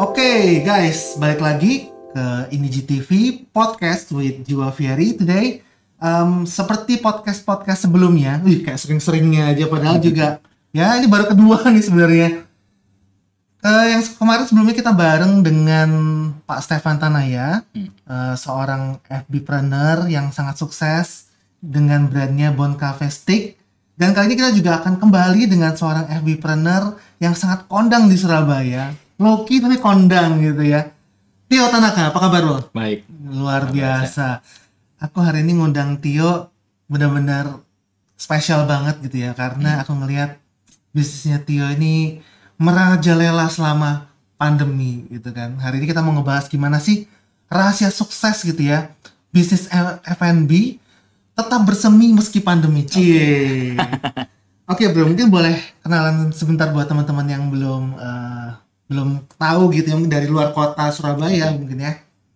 Oke guys, balik lagi ke Iniji TV Podcast with Jiwa Fieri today. Seperti podcast sebelumnya, kayak sering-seringnya aja padahal juga ya ini baru kedua nih sebenarnya. Yang kemarin sebelumnya kita bareng dengan Pak Stefan Tanaya, seorang FB-preneur yang sangat sukses dengan brandnya Bon Cafe Stick. Dan kali ini kita juga akan kembali dengan seorang FB-preneur yang sangat kondang di Surabaya. Loki tapi kondang gitu ya. Tio Tanaka, apa kabar lo? Baik. Luar biasa. Aku hari ini ngundang Tio benar-benar spesial banget gitu ya. Karena aku ngelihat bisnisnya Tio ini merajalela selama pandemi gitu kan. Hari ini kita mau ngebahas gimana sih rahasia sukses gitu ya. Bisnis F&B tetap bersemi meski pandemi. Cie. Oke bro, mungkin boleh kenalan sebentar buat teman-teman yang belum tahu gitu, yang dari luar kota Surabaya mungkin ya.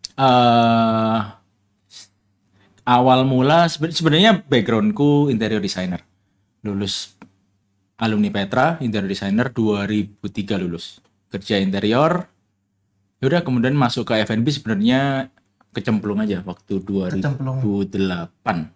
Awal mula sebenarnya backgroundku interior designer. Lulus alumni Petra, interior designer 2003 lulus. Kerja interior. Yaudah kemudian masuk ke F&B sebenarnya kecemplung aja waktu 2008.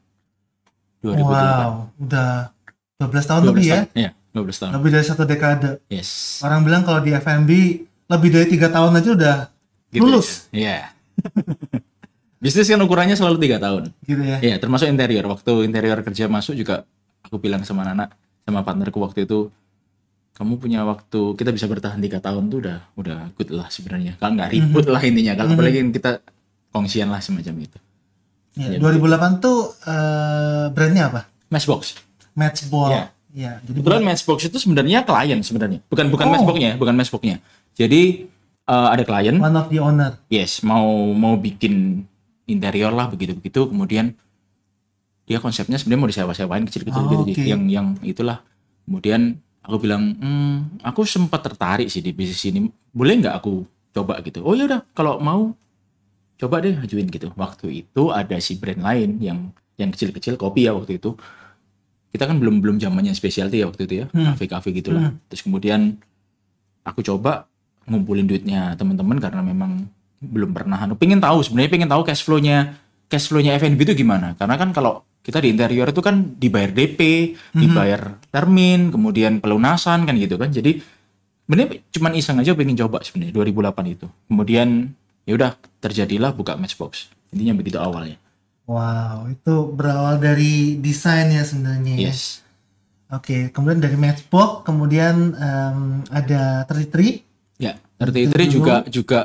Wow, udah 12 tahun lebih ya? Iya, 12 tahun. Lebih dari 1 dekade. Yes. Orang bilang kalau di F&B lebih dari 3 tahun aja udah Gitu lulus. Iya. Bisnis kan ukurannya selalu 3 tahun. Gitu ya? Iya, termasuk interior. Waktu interior kerja masuk juga aku bilang sama anak, sama partnerku waktu itu, kamu punya waktu, kita bisa bertahan 3 tahun tuh udah good lah sebenarnya. Kalau nggak ribut lah intinya. Kalau apalagi kita kongsian lah semacam itu. Ya, 2008 tuh brandnya apa? Matchbox. Matchbox. Ya. Ya, jadi Kebetulan Matchbox itu sebenarnya klien sebenarnya. Bukan Matchbox-nya. Jadi ada klien. one of the owner. Yes, mau bikin interior lah begitu-begitu. Kemudian dia konsepnya sebenarnya mau disewa-sewain kecil-kecil gitu. Okay. Yang itulah. Kemudian aku bilang, aku sempat tertarik sih di bisnis ini. Boleh nggak aku coba gitu? Oh ya udah, kalau mau coba deh ajuin gitu. Waktu itu ada si brand lain yang kecil-kecil, kopi ya waktu itu. Kita kan belum zamannya specialty ya waktu itu ya, kafe-kafe gitulah. Terus kemudian aku coba ngumpulin duitnya teman-teman karena memang belum pernah pengen tahu cash flow-nya F&B itu gimana. Karena kan kalau kita di interior itu kan dibayar DP, dibayar termin, kemudian pelunasan kan gitu kan. Jadi sebenarnya cuman iseng aja pengen coba sebenarnya 2008 itu. Kemudian ya udah terjadilah buka Matchbox. Intinya begitu awalnya. Wow, itu berawal dari desain ya sebenarnya. Yes. Oke, kemudian dari Matchbox, kemudian ada 33. Ya, 33 juga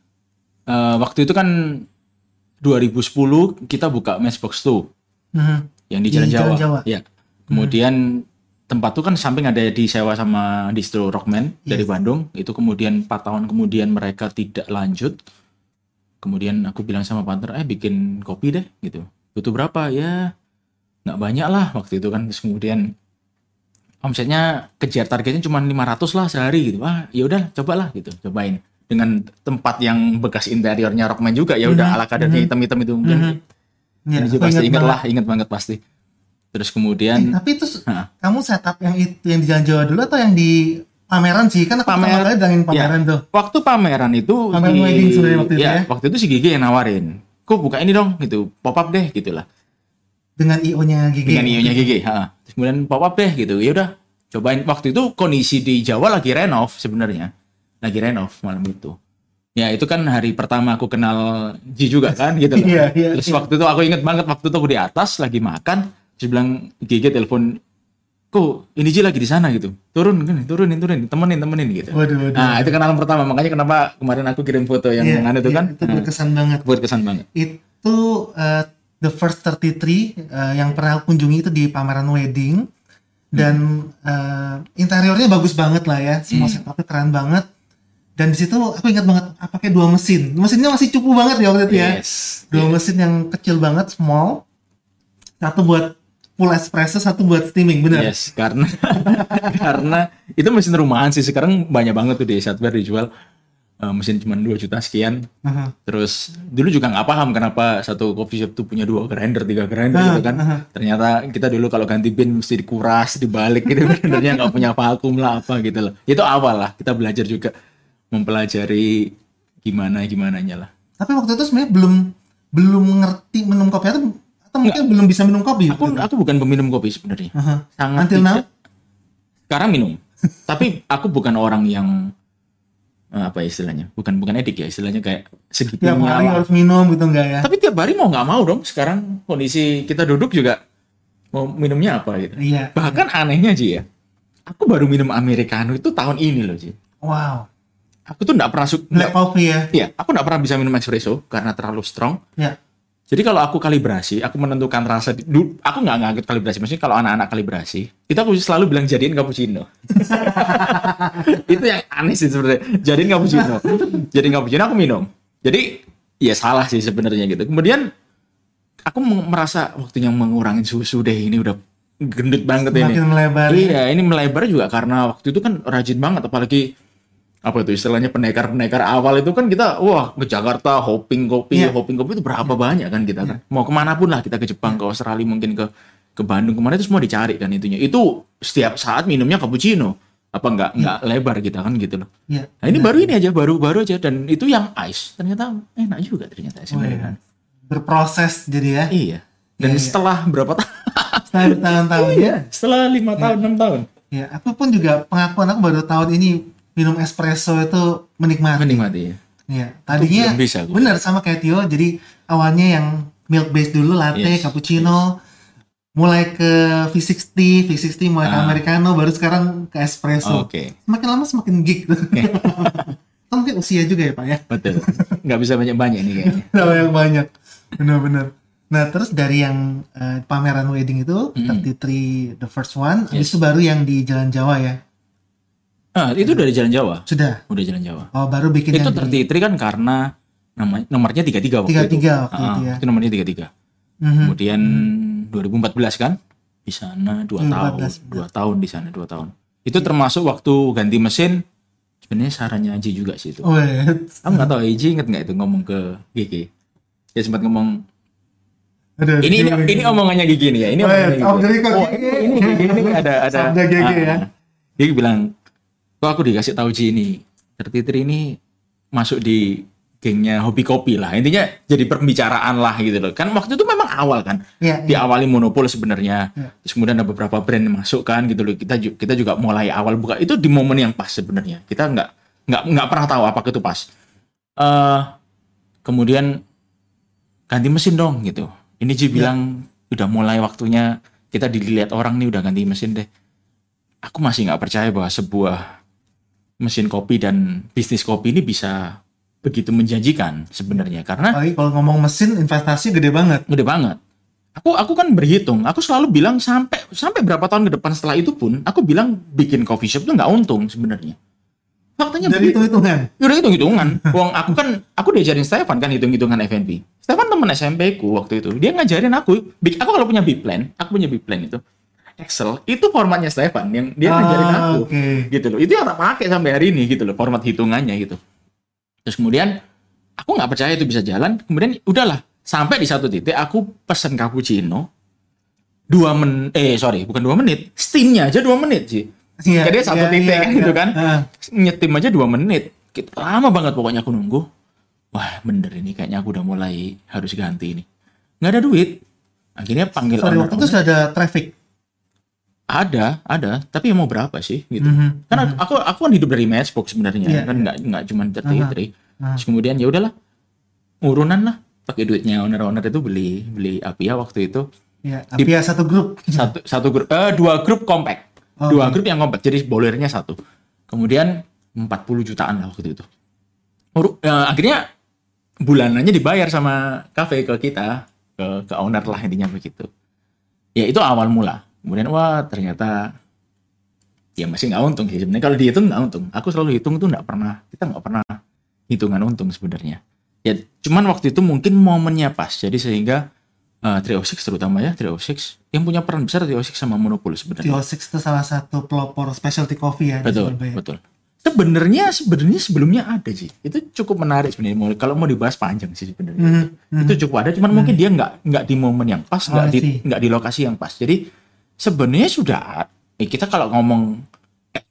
waktu itu kan 2010 kita buka Matchbox tuh. Yang di Jalan Jawa. Ya. Kemudian tempat tuh kan samping ada disewa sama distro Rockman dari Bandung. Itu kemudian 4 tahun kemudian mereka tidak lanjut. Kemudian aku bilang sama partner, bikin kopi deh gitu. Butuh berapa? Ya nggak banyak lah waktu itu kan. Terus kemudian omsetnya kejar targetnya cuma 500 lah sehari gitu. Ya udah cobalah gitu, cobain. Dengan tempat yang bekas interiornya Rockman juga, ya udah ala kadarnya hitam-hitam itu mungkin. Ya, Ini pasti ingat banget pasti. Terus kemudian tapi itu kamu setup yang itu yang di Jalan Jawa dulu atau yang di pameran sih? Kan aku pertama kali bilangin pameran tuh. Waktu pameran itu wedding sebenarnya waktu itu ya. Waktu itu si Gigi yang nawarin. Kok buka ini dong gitu, pop up deh gitulah. Dengan IO-nya Gigi. Terus kemudian pop up deh gitu. Ya udah, cobain. Waktu itu kondisi di Jawa lagi renov sebenarnya. Lagi renov malam itu. Ya itu kan hari pertama aku kenal Ji juga kan gitu loh. Terus waktu itu aku inget banget waktu itu aku di atas lagi makan, terus bilang Gigi telepon, kok ini Ji lagi di sana gitu, turunin temenin gitu. Waduh. Nah itu kenalan pertama, makanya kenapa kemarin aku kirim foto yang itu kan. Itu berkesan banget. Itu the first 33 yang pernah aku kunjungi itu di pameran wedding. Dan interiornya bagus banget lah ya, semua setupnya keren banget. Dan di situ aku ingat banget pakai 2 mesin. Mesinnya masih cupu banget ya waktu itu ya. 2 mesin yang kecil banget, small. Satu buat full espresso, satu buat steaming, benar? Yes, karena itu mesin rumahan sih. Sekarang banyak banget tuh di Satwer dijual mesin cuma 2 juta sekian. Terus dulu juga nggak paham kenapa satu coffee shop tuh punya 2 grinder, 3 grinder gitu kan. Ternyata kita dulu kalau ganti bin mesti dikuras, dibalik gitu. Grindernya nggak punya vakum lah apa gitu loh. Itu awal lah kita belajar juga. mempelajari gimananya lah. Tapi waktu itu sebenarnya belum ngerti minum kopi atau mungkin belum bisa minum kopi. Aku bukan peminum kopi sebenarnya. Sangat Until now? Sekarang minum. Tapi aku bukan orang yang apa istilahnya? Bukan edik ya, istilahnya kayak Tiap segitunya. hari harus minum gitu enggak ya? Tapi tiap hari mau nggak mau dong. Sekarang kondisi kita duduk juga mau minumnya apa gitu. Iya. Bahkan anehnya Ji ya. Aku baru minum americano itu tahun ini loh Ji. Wow. Aku tuh nggak pernah Black coffee ya? Iya, aku nggak pernah bisa minum espresso karena terlalu strong. Ya. Jadi kalau aku kalibrasi, aku menentukan rasa. Aku nggak ngikut kalibrasi. Maksudnya kalau anak-anak kalibrasi, itu aku selalu bilang jadiin cappuccino. Itu yang aneh sih sebenarnya. Jadiin cappuccino, aku minum. Jadi ya salah sih sebenarnya gitu. Kemudian aku merasa waktunya mengurangin susu deh. Ini udah gendut banget ini. Semakin melebar. Iya, ini melebar juga karena waktu itu kan rajin banget, apalagi apa itu istilahnya pendekar awal itu kan kita ke Jakarta hopping kopi itu berapa banyak kan kita kan mau kemana pun lah kita ke Jepang ke Australia mungkin ke Bandung kemana itu semua dicari kan itunya itu setiap saat minumnya cappuccino apa nggak lebar kita kan gitu loh. Nah ini baru aja dan itu yang ice ternyata enak juga ternyata sebenarnya. Berproses jadi ya. Iya. Dan setelah berapa tahun? Tahun-tahun ya. Setelah 5 tahun 6 tahun. Ya aku pun juga pengakuan aku baru tahun ini minum espresso itu menikmati ya. Iya, tadinya benar sama kayak Tio. Jadi awalnya yang milk based dulu, latte, cappuccino, mulai ke V60 mulai ke americano, baru sekarang ke espresso. Semakin lama semakin geek. Itu mungkin usia juga ya Pak ya. Betul. Nggak bisa banyak-banyak nih kayaknya. Nggak banyak. Benar-benar. Nah terus dari yang pameran wedding itu 33 the first one, habis itu baru yang di Jalan Jawa ya. Itu dari Jalan Jawa. Sudah Jalan Jawa. Oh, baru bikin itu 33 kan karena nomornya 33 waktu itu. 33 waktu itu ya. Itu nomornya 33. Kemudian 2014 kan di sana 2 tahun. 2 tahun di sana 2 tahun. Itu termasuk waktu ganti mesin sebenarnya sarannya Aji juga sih itu. Oh, iya. Aku nggak tahu Aji inget nggak itu ngomong ke Gigi. Dia sempat ngomong ini omongannya Gigi nih ya. Ini ini ada Gigi ya. Dia bilang kok aku dikasih tahu Ji ini Tertitri ini masuk di gengnya hobi kopi lah, intinya jadi pembicaraan lah gitu loh kan. Waktu itu memang awal kan diawali monopol sebenarnya, terus kemudian ada beberapa brand yang masuk kan gitu loh. Kita juga mulai awal buka itu di momen yang pas sebenarnya. Kita nggak pernah tahu apakah itu pas. Kemudian ganti mesin dong gitu. Ini Ji bilang udah mulai waktunya kita dilihat orang nih udah ganti mesin deh. Aku masih nggak percaya bahwa sebuah mesin kopi dan bisnis kopi ini bisa begitu menjanjikan sebenarnya karena kalau ngomong mesin investasi gede banget. Aku kan berhitung, aku selalu bilang sampai berapa tahun ke depan setelah itu pun aku bilang bikin coffee shop itu nggak untung sebenarnya. Faktanya dari hitung-hitungan. Udah hitung-hitungan. Aku diajarin Stefan kan hitung-hitungan F&B. Stefan teman SMP ku waktu itu, dia ngajarin aku kalau punya big plan, itu Excel itu formatnya Stefan yang dia ngajarin aku gitu loh. Itu yang tak pakai sampai hari ini gitu loh, format hitungannya gitu. Terus kemudian aku nggak percaya itu bisa jalan. Kemudian udahlah sampai di satu titik aku pesen cappuccino 2 menit, bukan 2 menit, steamnya aja 2 menit sih. Jadi satu titik kan gitu kan, nyetim aja 2 menit. Lama banget pokoknya aku nunggu. Wah bener ini kayaknya aku udah mulai harus ganti ini. Nggak ada duit. Akhirnya panggil waktu itu sudah ada traffic. Ada, tapi mau berapa sih gitu? Karena aku kan hidup dari Matchbox sebenarnya, kan nggak cuma 33. Terus kemudian ya udahlah, urunan lah, pakai duitnya owner itu beli Apia waktu itu. Iya, Apia satu grup. Satu grup, 2 grup compact, 2 grup yang compact, jadi boilernya 1. Kemudian 40 jutaan lah waktu itu. Akhirnya bulanannya dibayar sama kafe ke kita, ke owner lah intinya begitu. Ya itu awal mula. Kemudian ternyata ya masih nggak untung sih sebenarnya. Kalau dihitung nggak untung. Aku selalu hitung itu kita nggak pernah hitungan untung sebenarnya. Ya cuman waktu itu mungkin momennya pas. Jadi sehingga 306 terutama ya 306 yang punya peran besar 306 sama Monopol sebenarnya. 306 itu salah satu pelopor specialty coffee ya. Betul. Sebenarnya sebelumnya ada sih. Itu cukup menarik sebenarnya. Kalau mau dibahas panjang sih sebenarnya. Itu cukup ada. Cuman mungkin dia nggak di momen yang pas, nggak di lokasi yang pas. Jadi sebenarnya sudah kita kalau ngomong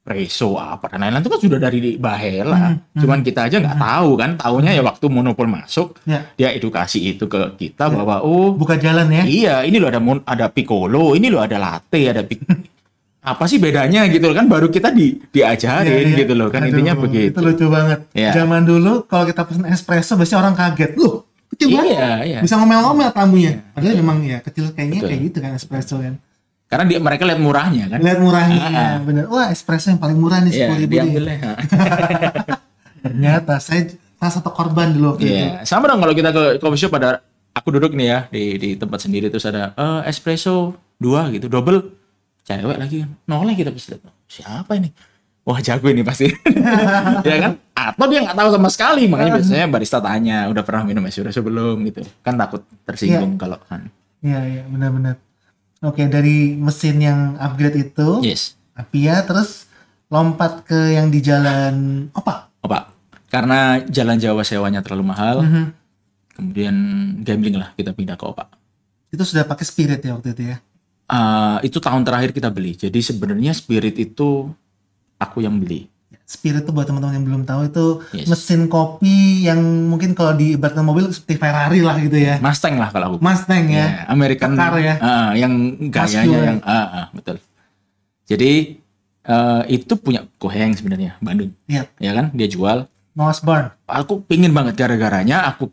espresso apa dan lain-lain itu kan sudah dari Bahela. Cuman kita aja nggak tahu kan, taunya ya waktu monopol masuk, Ya. dia edukasi itu ke kita bahwa oh Buka jalan ya. iya ini loh ada piccolo, ini loh ada latte, apa sih bedanya gitu kan, baru kita diajarin Iya. gitu loh kan. Aduh, Intinya begitu. Itu lucu banget. Iya. Zaman dulu kalau kita pesen espresso biasanya orang kaget. Loh, kecil banget. Iya. Bisa ngomel-ngomel tamunya. Padahal memang ya kecil kayaknya Betul. kayak gitu kan espresso kan. Karena mereka lihat murahnya kan. Lihat murahnya, bener. Wah, espresso yang paling murah nih Iya, 10.000 nih. diambilnya. Ternyata saya salah satu korban dulu waktu itu. Iya, sama dong kalau kita ke coffee shop ada aku duduk nih ya di tempat sendiri terus ada espresso 2 gitu, double. Cewek lagi kan. Noleh kita pasti lihat. Siapa ini? Wah, jago ini pasti. Ya kan? Atau dia nggak tahu sama sekali, makanya biasanya barista tanya, udah pernah minum espresso belum gitu. Kan takut tersinggung kalau kan. Iya, benar-benar. Oke, dari mesin yang upgrade itu, Yes. Avia, terus lompat ke yang di jalan Opak. Pak, karena jalan Jawa sewanya terlalu mahal, kemudian gambling lah kita pindah ke Opak. Itu sudah pakai Spirit ya waktu itu ya? Itu tahun terakhir kita beli. Jadi sebenarnya Spirit itu aku yang beli. Spirit itu buat teman-teman yang belum tahu itu Yes. mesin kopi yang mungkin kalau diibaratkan mobil seperti Ferrari lah gitu ya. Mustang lah kalau aku. Mustang ya. Ya, American Kekar ya. yang gayanya Muscular. yang betul. Jadi itu punya Koheng sebenarnya Bandung. Iya, Ya kan? Dia jual. Noah Osborne. Aku pingin banget gara-garanya aku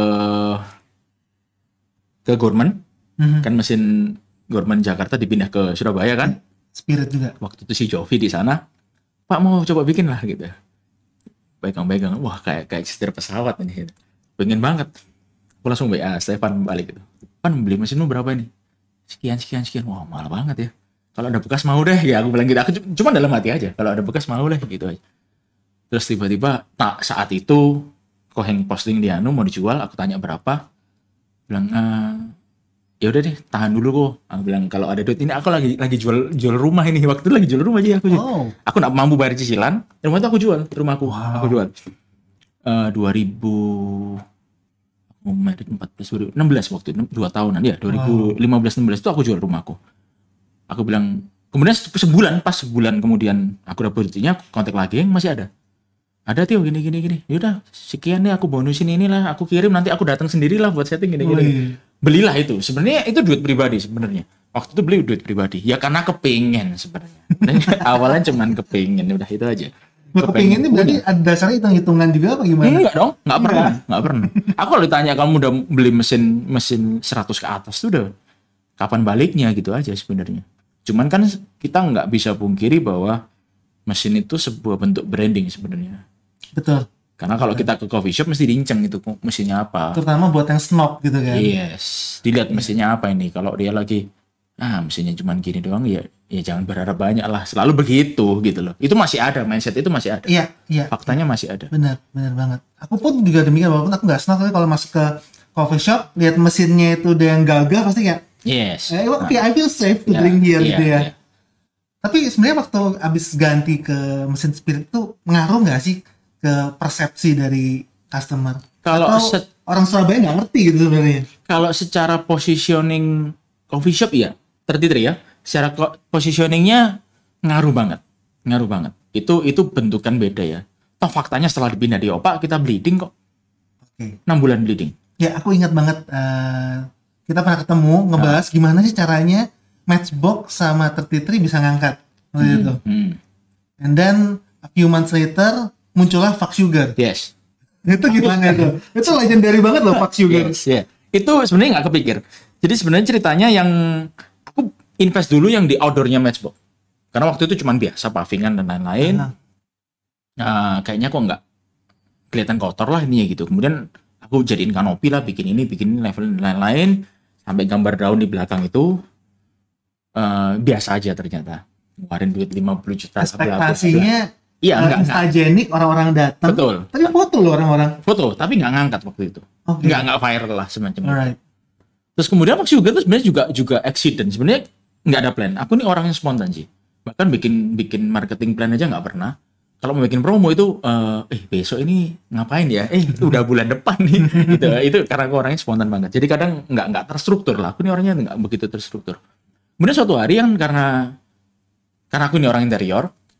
ke Gorman. Kan mesin Gorman Jakarta dipindah ke Surabaya kan. Spirit juga. Waktu itu si Jovi di sana, Pak mau coba bikin lah gitu. Pegang-pegang, wah kayak setir pesawat ini. Gitu. Pengen banget. Aku langsung WA Stefan balik gitu. Pan beli mesinmu berapa ini? Sekian. Wah mahal banget ya. Kalau ada bekas mau deh. Ya aku bilang gitu. Aku cuma dalam hati aja. Kalau ada bekas mau deh gitu aja. Terus tiba-tiba saat itu Koheng posting di Anu mau dijual. Aku tanya berapa. Bilang ya udah deh tahan dulu kok. Aku bilang kalau ada duit ini aku lagi jual rumah ini. Waktu itu lagi jual rumah aja aku. Oh. Aku nggak mampu bayar cicilan. Rumah itu aku jual rumahku. Wow. Aku jual 2016 waktu itu 2 tahunan ya 2015-16 itu aku jual rumahku. Aku bilang kemudian pas sebulan kemudian aku dapet rezekinya aku kontak lagi yang masih ada Tio gini yaudah sekian nih aku bonusin inilah aku kirim nanti aku datang sendirilah buat setting gini. Belilah itu sebenarnya itu duit pribadi sebenarnya waktu itu beli duit pribadi ya karena kepingin sebenarnya. Awalnya cuman kepingin udah itu aja. Kepingin ini berarti ada dasarnya hitung-hitungan juga apa gimana? Enggak dong, nggak pernah. Aku kalau ditanya kamu udah beli mesin 100 ke atas tuh udah kapan baliknya gitu aja sebenarnya. Cuman kan kita nggak bisa pungkiri bahwa mesin itu sebuah bentuk branding sebenarnya. Betul. Karena kalau kita ke coffee shop mesti diinceng itu mesinnya apa. Terutama buat yang snob gitu kan. Yes, dilihat mesinnya apa ini. Kalau dia lagi mesinnya cuman gini doang ya jangan berharap banyak lah. Selalu begitu gitu loh. Itu masih ada, mindset itu masih ada. Iya. Faktanya masih ada. Benar banget. Aku pun juga demikian walaupun aku nggak snob tapi kalau masuk ke coffee shop lihat mesinnya itu udah yang gagah pasti kayak Yes. okay, I feel safe to drink here gitu ya. Tapi sebenarnya waktu abis ganti ke mesin Spirit itu ngaruh nggak sih ke persepsi dari customer? Kalau atau orang Surabaya nggak ngerti gitu sebenarnya? Kalau secara positioning coffee shop ya, 33 ya. Secara positioningnya ngaruh banget. Itu bentukan beda ya. Toh faktanya setelah dipindah di Opak kita bleeding kok. Oke. 6 bulan bleeding. Ya aku ingat banget kita pernah ketemu ngebahas gimana sih caranya Matchbox sama 33 bisa ngangkat waktu itu. And then a few months later muncullah Fuck Sugar. Yes. Itu gimana itu? Itu legendary banget loh Fuck Sugar. Yes, yeah. Itu sebenarnya nggak kepikir. Jadi sebenarnya ceritanya yang aku invest dulu yang di outdoornya Matchbox. Karena waktu itu cuma biasa pavingan dan lain-lain. Nah, kayaknya kok nggak kelihatan kotor lah ininya gitu. Kemudian aku jadiin kanopi lah, bikin ini level dan lain-lain. Sampai gambar daun di belakang itu biasa aja ternyata. Ngeluarin duit 50 juta. Ekspektasinya enggak. Instagenik, orang-orang datang. Betul. Tapi foto loh orang-orang. Foto, tapi nggak ngangkat waktu itu. Okay. Nggak viral lah semacam itu. Alright. Terus kemudian Max juga tuh sebenarnya juga accident. Sebenarnya nggak ada plan. Aku nih orang yang spontan sih. Bahkan bikin marketing plan aja nggak pernah. Kalau mau bikin promo itu, besok ini ngapain ya? Udah bulan depan nih. Gitu. Itu karena aku orangnya spontan banget. Jadi kadang nggak terstruktur lah. Aku nih orangnya nggak begitu terstruktur. Kemudian suatu hari kan karena aku ini orang interior,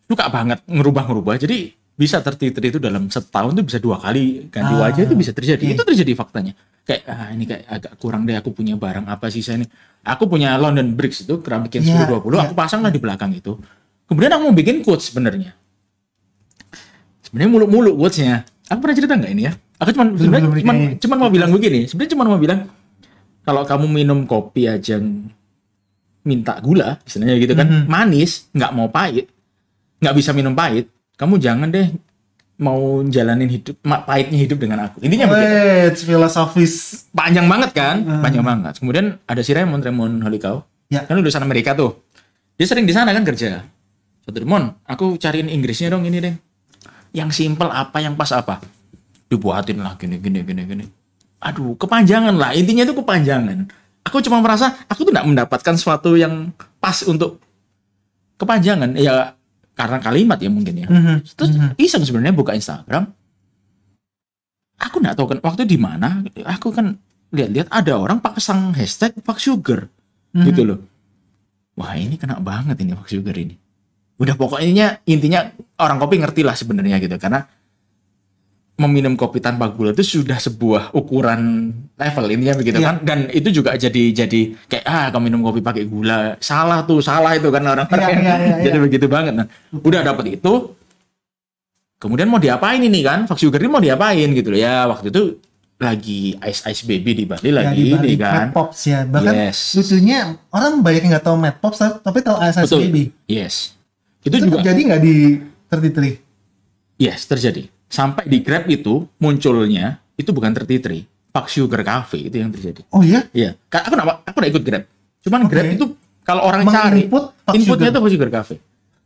suka banget ngerubah-ngerubah. Jadi bisa tertitri itu dalam setahun tuh bisa 2 kali ganti wajah itu bisa terjadi. Oke. Itu terjadi faktanya. Kayak ini kayak agak kurang deh, aku punya barang apa sih saya ini. Aku punya London Bricks itu keramik yang Iya, 1020, iya. aku pasang lah di belakang itu. Kemudian aku mau bikin quotes sebenarnya. Sebenarnya muluk-muluk quotesnya. Aku pernah cerita nggak ini ya? Aku sebenarnya belum kayaknya. cuman mau bilang begini. Sebenarnya cuma mau bilang kalau kamu minum kopi aja minta gula, istilahnya gitu kan, manis, nggak mau pahit, nggak bisa minum pahit, kamu jangan deh mau jalanin hidup pahitnya hidup dengan aku. Intinya begitu. Wait, filosofis. Panjang banget kan, panjang banget. Kemudian ada si Raymond Holikau, Ya. kan lulusan Amerika tuh. Dia sering di sana kan kerja. Satu Mon, aku cariin Inggrisnya dong ini deh. Yang simple apa, yang pas apa. Dibuatin lah gini. Aduh, kepanjangan lah. Intinya itu kepanjangan. Aku cuma merasa aku tuh nggak mendapatkan sesuatu yang pas untuk kepanjangan. Ya karena kalimat ya mungkin ya. Terus iseng sebenarnya buka Instagram. Aku nggak tahu kan waktu di mana. Aku kan lihat-lihat ada orang pasang hashtag fuck sugar gitu loh. Wah ini kena banget ini fuck sugar ini. Udah pokoknya intinya orang kopi ngerti lah sebenarnya gitu karena meminum kopi tanpa gula itu sudah sebuah ukuran level intinya begitu kan, dan itu juga jadi kayak kamu minum kopi pakai gula salah itu kan orang-orang jadi begitu banget. Nah udah dapet itu kemudian mau diapain ini kan, fuck sugar ini mau diapain gitu loh ya. Waktu itu lagi Ice Baby di Bali lagi di Bali, ini kan Mad Pops ya. Bahkan lucunya orang banyak yang nggak tahu Mad Pops tapi tahu Ice Baby. Yes. Itu juga terjadi nggak di 33? Yes, terjadi. Sampai di Grab itu munculnya itu bukan 33, Fuck Sugar Cafe itu yang terjadi. Oh iya? Iya. Aku nggak ikut Grab. Cuman Grab itu kalau orang cari inputnya itu Fuck Sugar Cafe.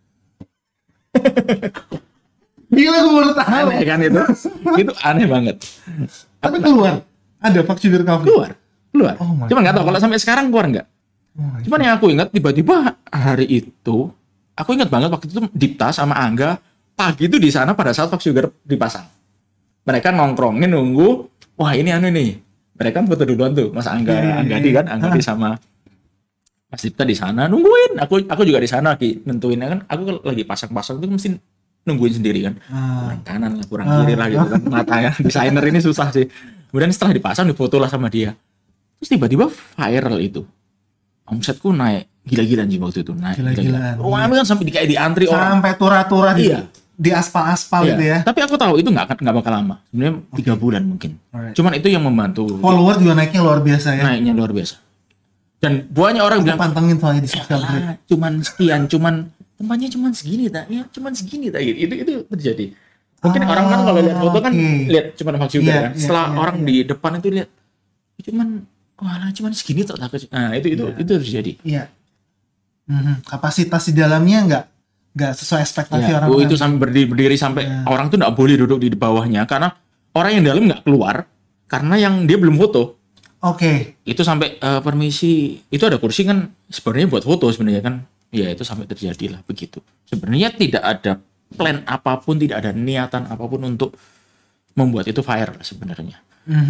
Gila, gue baru tahu. Aneh kan itu? Itu aneh banget. Tapi keluar ada Fuck Sugar Cafe. Keluar. Oh my Cuman nggak tahu kalau sampai sekarang keluar nggak. Cuman yang aku ingat tiba-tiba hari itu aku ingat banget waktu itu Dipta sama Angga pagi itu di sana pada saat Fuck Sugar dipasang. Mereka nongkrongin nunggu, wah ini nih. Mereka foto duluan tuh, Mas Anggadi kan, Anggadi sama Mas Dipta di sana nungguin. Aku juga di sana lagi nentuin kan. Aku lagi pasang-pasang tuh mesti nungguin sendiri kan. Kurang kanan lah, kurang kiri lah gitu kan. Matanya desainer ini susah sih. Kemudian setelah dipasang difoto lah sama dia. Terus tiba-tiba viral itu. Omsetku naik gila-gilaan sih waktu itu naik. Gila-gilaan. Wah, kan sampai kayak diantri orang. Sampai turah-turah Iya. Di aspal-aspal Iya. gitu ya. Tapi aku tahu itu nggak bakal lama. Sebenarnya 3 bulan mungkin. Alright. Cuman itu yang membantu. Follower juga naiknya luar biasa ya. Naiknya luar biasa. Dan banyak orang bilang Pantengin soalnya di sosial media. cuman sekian, tempatnya cuman segini tak? Ya cuman segini tak? Itu terjadi. Mungkin orang kan kalau lihat foto kan lihat cuman Fuck Sugar kan. Setelah orang di depan itu lihat cuman segini tak? Nah, itu terjadi. Iya. Kapasitas di dalamnya nggak sesuai ekspektasi orang. Itu sampai berdiri sampai orang tuh nggak boleh duduk di bawahnya karena orang yang dalam nggak keluar karena yang dia belum foto. Oke. Itu sampai permisi, itu ada kursi kan sebenarnya buat foto sebenarnya kan. Ya itu sampai terjadi lah begitu. Sebenarnya tidak ada plan apapun, tidak ada niatan apapun untuk membuat itu viral sebenarnya.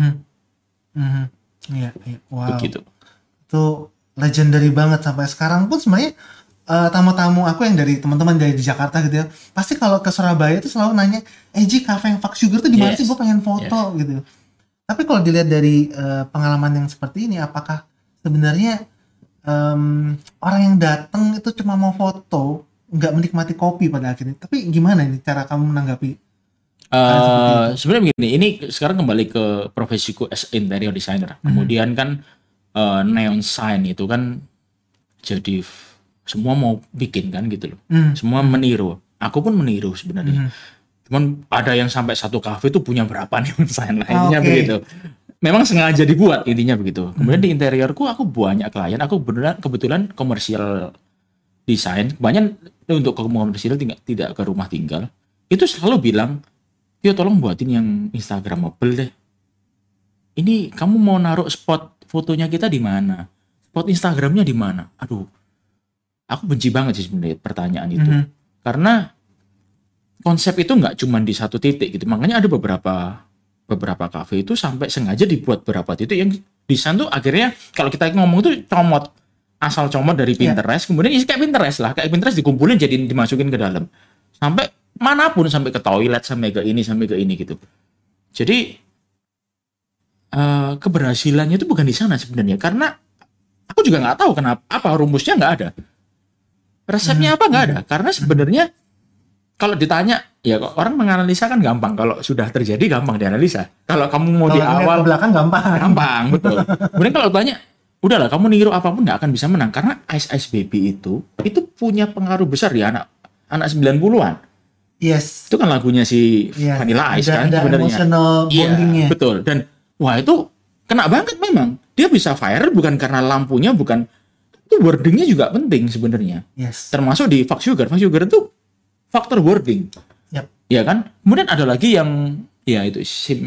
Iya. Wow. Begitu. Itu legendary banget sampai sekarang pun sebenarnya tamu-tamu aku yang dari teman-teman dari di Jakarta gitu ya, pasti kalau ke Surabaya itu selalu nanya, Ji cafe yang Fuck Sugar tuh di mana sih? Gue pengen foto gitu. Tapi kalau dilihat dari pengalaman yang seperti ini, apakah sebenarnya orang yang datang itu cuma mau foto, nggak menikmati kopi pada akhirnya? Tapi gimana ini cara kamu menanggapi? Sebenarnya begini, ini sekarang kembali ke profesiku as interior designer. Kemudian kan neon sign itu kan jadi semua mau bikin kan gitu loh. Semua meniru. Aku pun meniru sebenarnya. Cuman ada yang sampai satu kafe itu punya berapa neon sign lah. Intinya begitu. Memang sengaja dibuat intinya begitu. Kemudian di interiorku aku banyak klien. Aku kebetulan komersial desain. Kebanyakan untuk komersial tidak ke rumah tinggal. Itu selalu bilang, yo tolong buatin yang Instagramable deh. Ini kamu mau naruh spot fotonya kita di mana? Spot Instagramnya di mana? Aduh, aku benci banget sih sebenarnya pertanyaan itu. Karena konsep itu nggak cuma di satu titik gitu. Makanya ada beberapa kafe itu sampai sengaja dibuat beberapa titik yang desain tuh akhirnya kalau kita ngomong tuh asal comot dari Pinterest. Kemudian isi kayak Pinterest lah. Kayak Pinterest dikumpulin jadi dimasukin ke dalam. sampai manapun, sampai ke toilet, sampai ke ini gitu. Jadi keberhasilannya itu bukan di sana sebenarnya, karena aku juga nggak tahu kenapa, apa rumusnya nggak ada, resepnya apa nggak ada, karena sebenarnya kalau ditanya ya orang menganalisa kan gampang, kalau sudah terjadi gampang dianalisa, kalau kamu mau di Kalau lihat awal ke belakang gampang. betul. Kemudian kalau tanya udahlah kamu niru apapun nggak akan bisa menang, karena Ice Ice Baby itu punya pengaruh besar di anak 90-an. Yes. Itu kan lagunya si Yes. Vanilla Ice kan Ada sebenarnya. emotional bondingnya. Iya, betul. Dan wah itu kena banget memang. Dia bisa viral bukan karena lampunya, bukan, itu wordingnya juga penting sebenarnya. Yes. Termasuk di Fuck Sugar. Fuck Sugar itu faktor wording. Yep. Ya kan? Kemudian ada lagi yang ya itu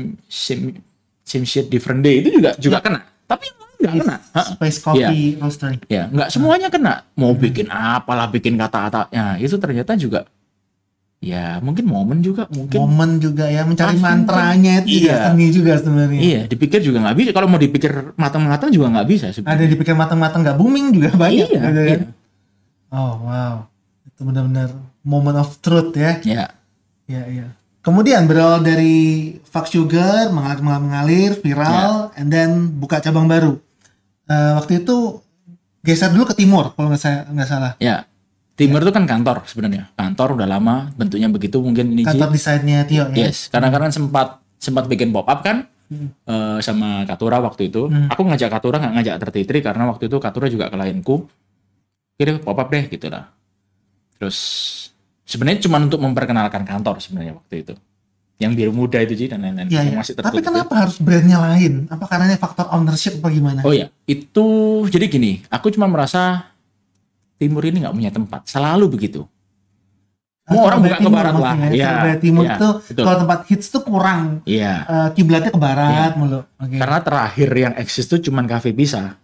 same shit different day itu juga kena. Tapi nggak kena. Space Coffee Roastery. Ya, nggak semuanya kena. Mau bikin apalah, bikin kata-katanya, itu ternyata juga ya mungkin momen juga, Momen juga ya, mencari Pasti mantranya itu iya. seni juga sebenarnya. Iya, dipikir juga nggak bisa. Kalau mau dipikir matang-matang juga nggak bisa Ada sebenarnya. dipikir matang-matang nggak booming juga banyak. Iya, gitu kan. iya. Oh wow, itu benar-benar moment of truth ya. Ya, Iya iya. Kemudian berawal dari Fuck Sugar mengalir viral, and then buka cabang baru. Waktu itu geser dulu ke timur kalau nggak salah. ya. Timur itu kan kantor sebenarnya. Kantor udah lama bentuknya begitu, mungkin ini Kantor desainnya Tio ya. yes, karena sempat bikin pop up kan sama Katura waktu itu. Aku ngajak Katura, nggak ngajak 33 karena waktu itu Katura juga klienku. Kira pop up deh gitu lah. Terus sebenarnya cuma untuk memperkenalkan kantor sebenarnya waktu itu. Yang biru muda itu sih dan lain-lain. Iya, Yang iya. masih Tapi tertutup. kenapa harus brandnya lain? Apa karena ini faktor ownership apa gimana? Oh ya, itu jadi gini, aku cuma merasa Timur ini nggak punya tempat, selalu begitu. Mau orang buka ke barat lah, ya. ya, Timur ya, tuh betul. kalau tempat hits tuh kurang. Iya. Kiblatnya ke barat Iya. mulu. Oke. Karena terakhir yang eksis tuh cuman kafe pisah.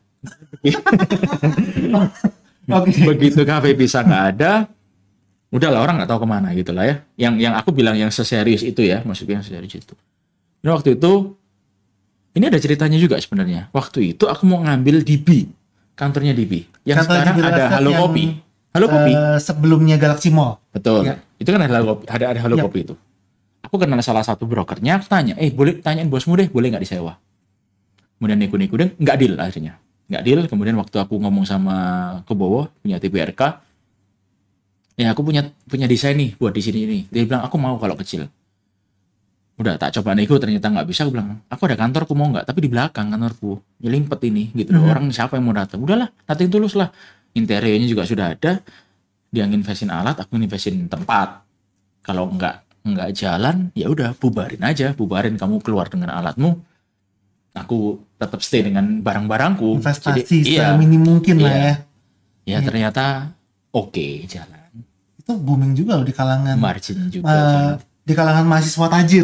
Oke. Begitu kafe pisah nggak ada, udahlah orang nggak tahu kemana gitu lah ya. Yang aku bilang yang seserius itu ya, maksudnya yang seserius itu. Nah, waktu itu ini ada ceritanya juga sebenarnya. Waktu itu aku mau ngambil DB, kantornya DB. Yang Kantor sekarang DB ada Restoran Halo yang, Kopi. Halo Kopi. Sebelumnya Galaxy Mall. Betul. Ya. Itu kan ada Halo Kopi, ada Halo Ya. Kopi itu. Aku kenal salah satu brokernya, aku tanya, boleh tanyain bosmu deh, boleh nggak disewa? Kemudian niku-niku deh, nggak deal akhirnya. Nggak deal, kemudian waktu aku ngomong sama Kebowo, punya TBRK, ya aku punya desain nih buat di sini ini. Dia bilang, aku mau kalau kecil. Udah tak coba nego, ternyata nggak bisa. Aku bilang, aku ada kantorku mau nggak? Tapi di belakang kantorku, nyelimpet ini gitu. Orang siapa yang mau datang? Udahlah, nothing tulus lah. Interiornya juga sudah ada. Dia nginvestin alat, aku nginvestin tempat. Kalau nggak jalan, ya udah bubarin aja, bubarin, kamu keluar dengan alatmu. Aku tetap stay dengan barang-barangku. Investasi iya, seminim mungkin lah ya. ya ternyata oke, jalan. Itu booming juga loh di kalangan Margin juga. Kan. di kalangan mahasiswa tajir.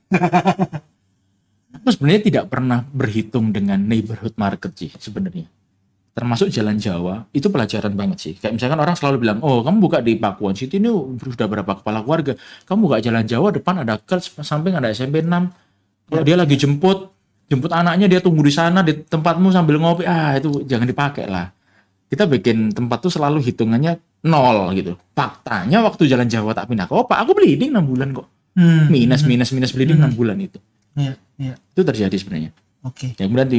Aku sebenarnya tidak pernah berhitung dengan neighborhood market sih sebenarnya. Termasuk Jalan Jawa, itu pelajaran banget sih. Kayak misalkan orang selalu bilang, oh kamu buka di Pakuan City ini sudah berapa kepala keluarga. Kamu buka Jalan Jawa, depan ada Kers, samping ada SMP 6. Kalau dia lagi jemput anaknya, dia tunggu di sana, di tempatmu sambil ngopi, itu jangan dipakai lah. Kita bikin tempat tuh selalu hitungannya 0 gitu. Faktanya waktu Jalan Jawa tak pindah ke Opa, aku bleeding 6 bulan kok. Minus bleeding 6 bulan itu. Iya, iya. Itu terjadi sebenarnya. Oke. Kemudian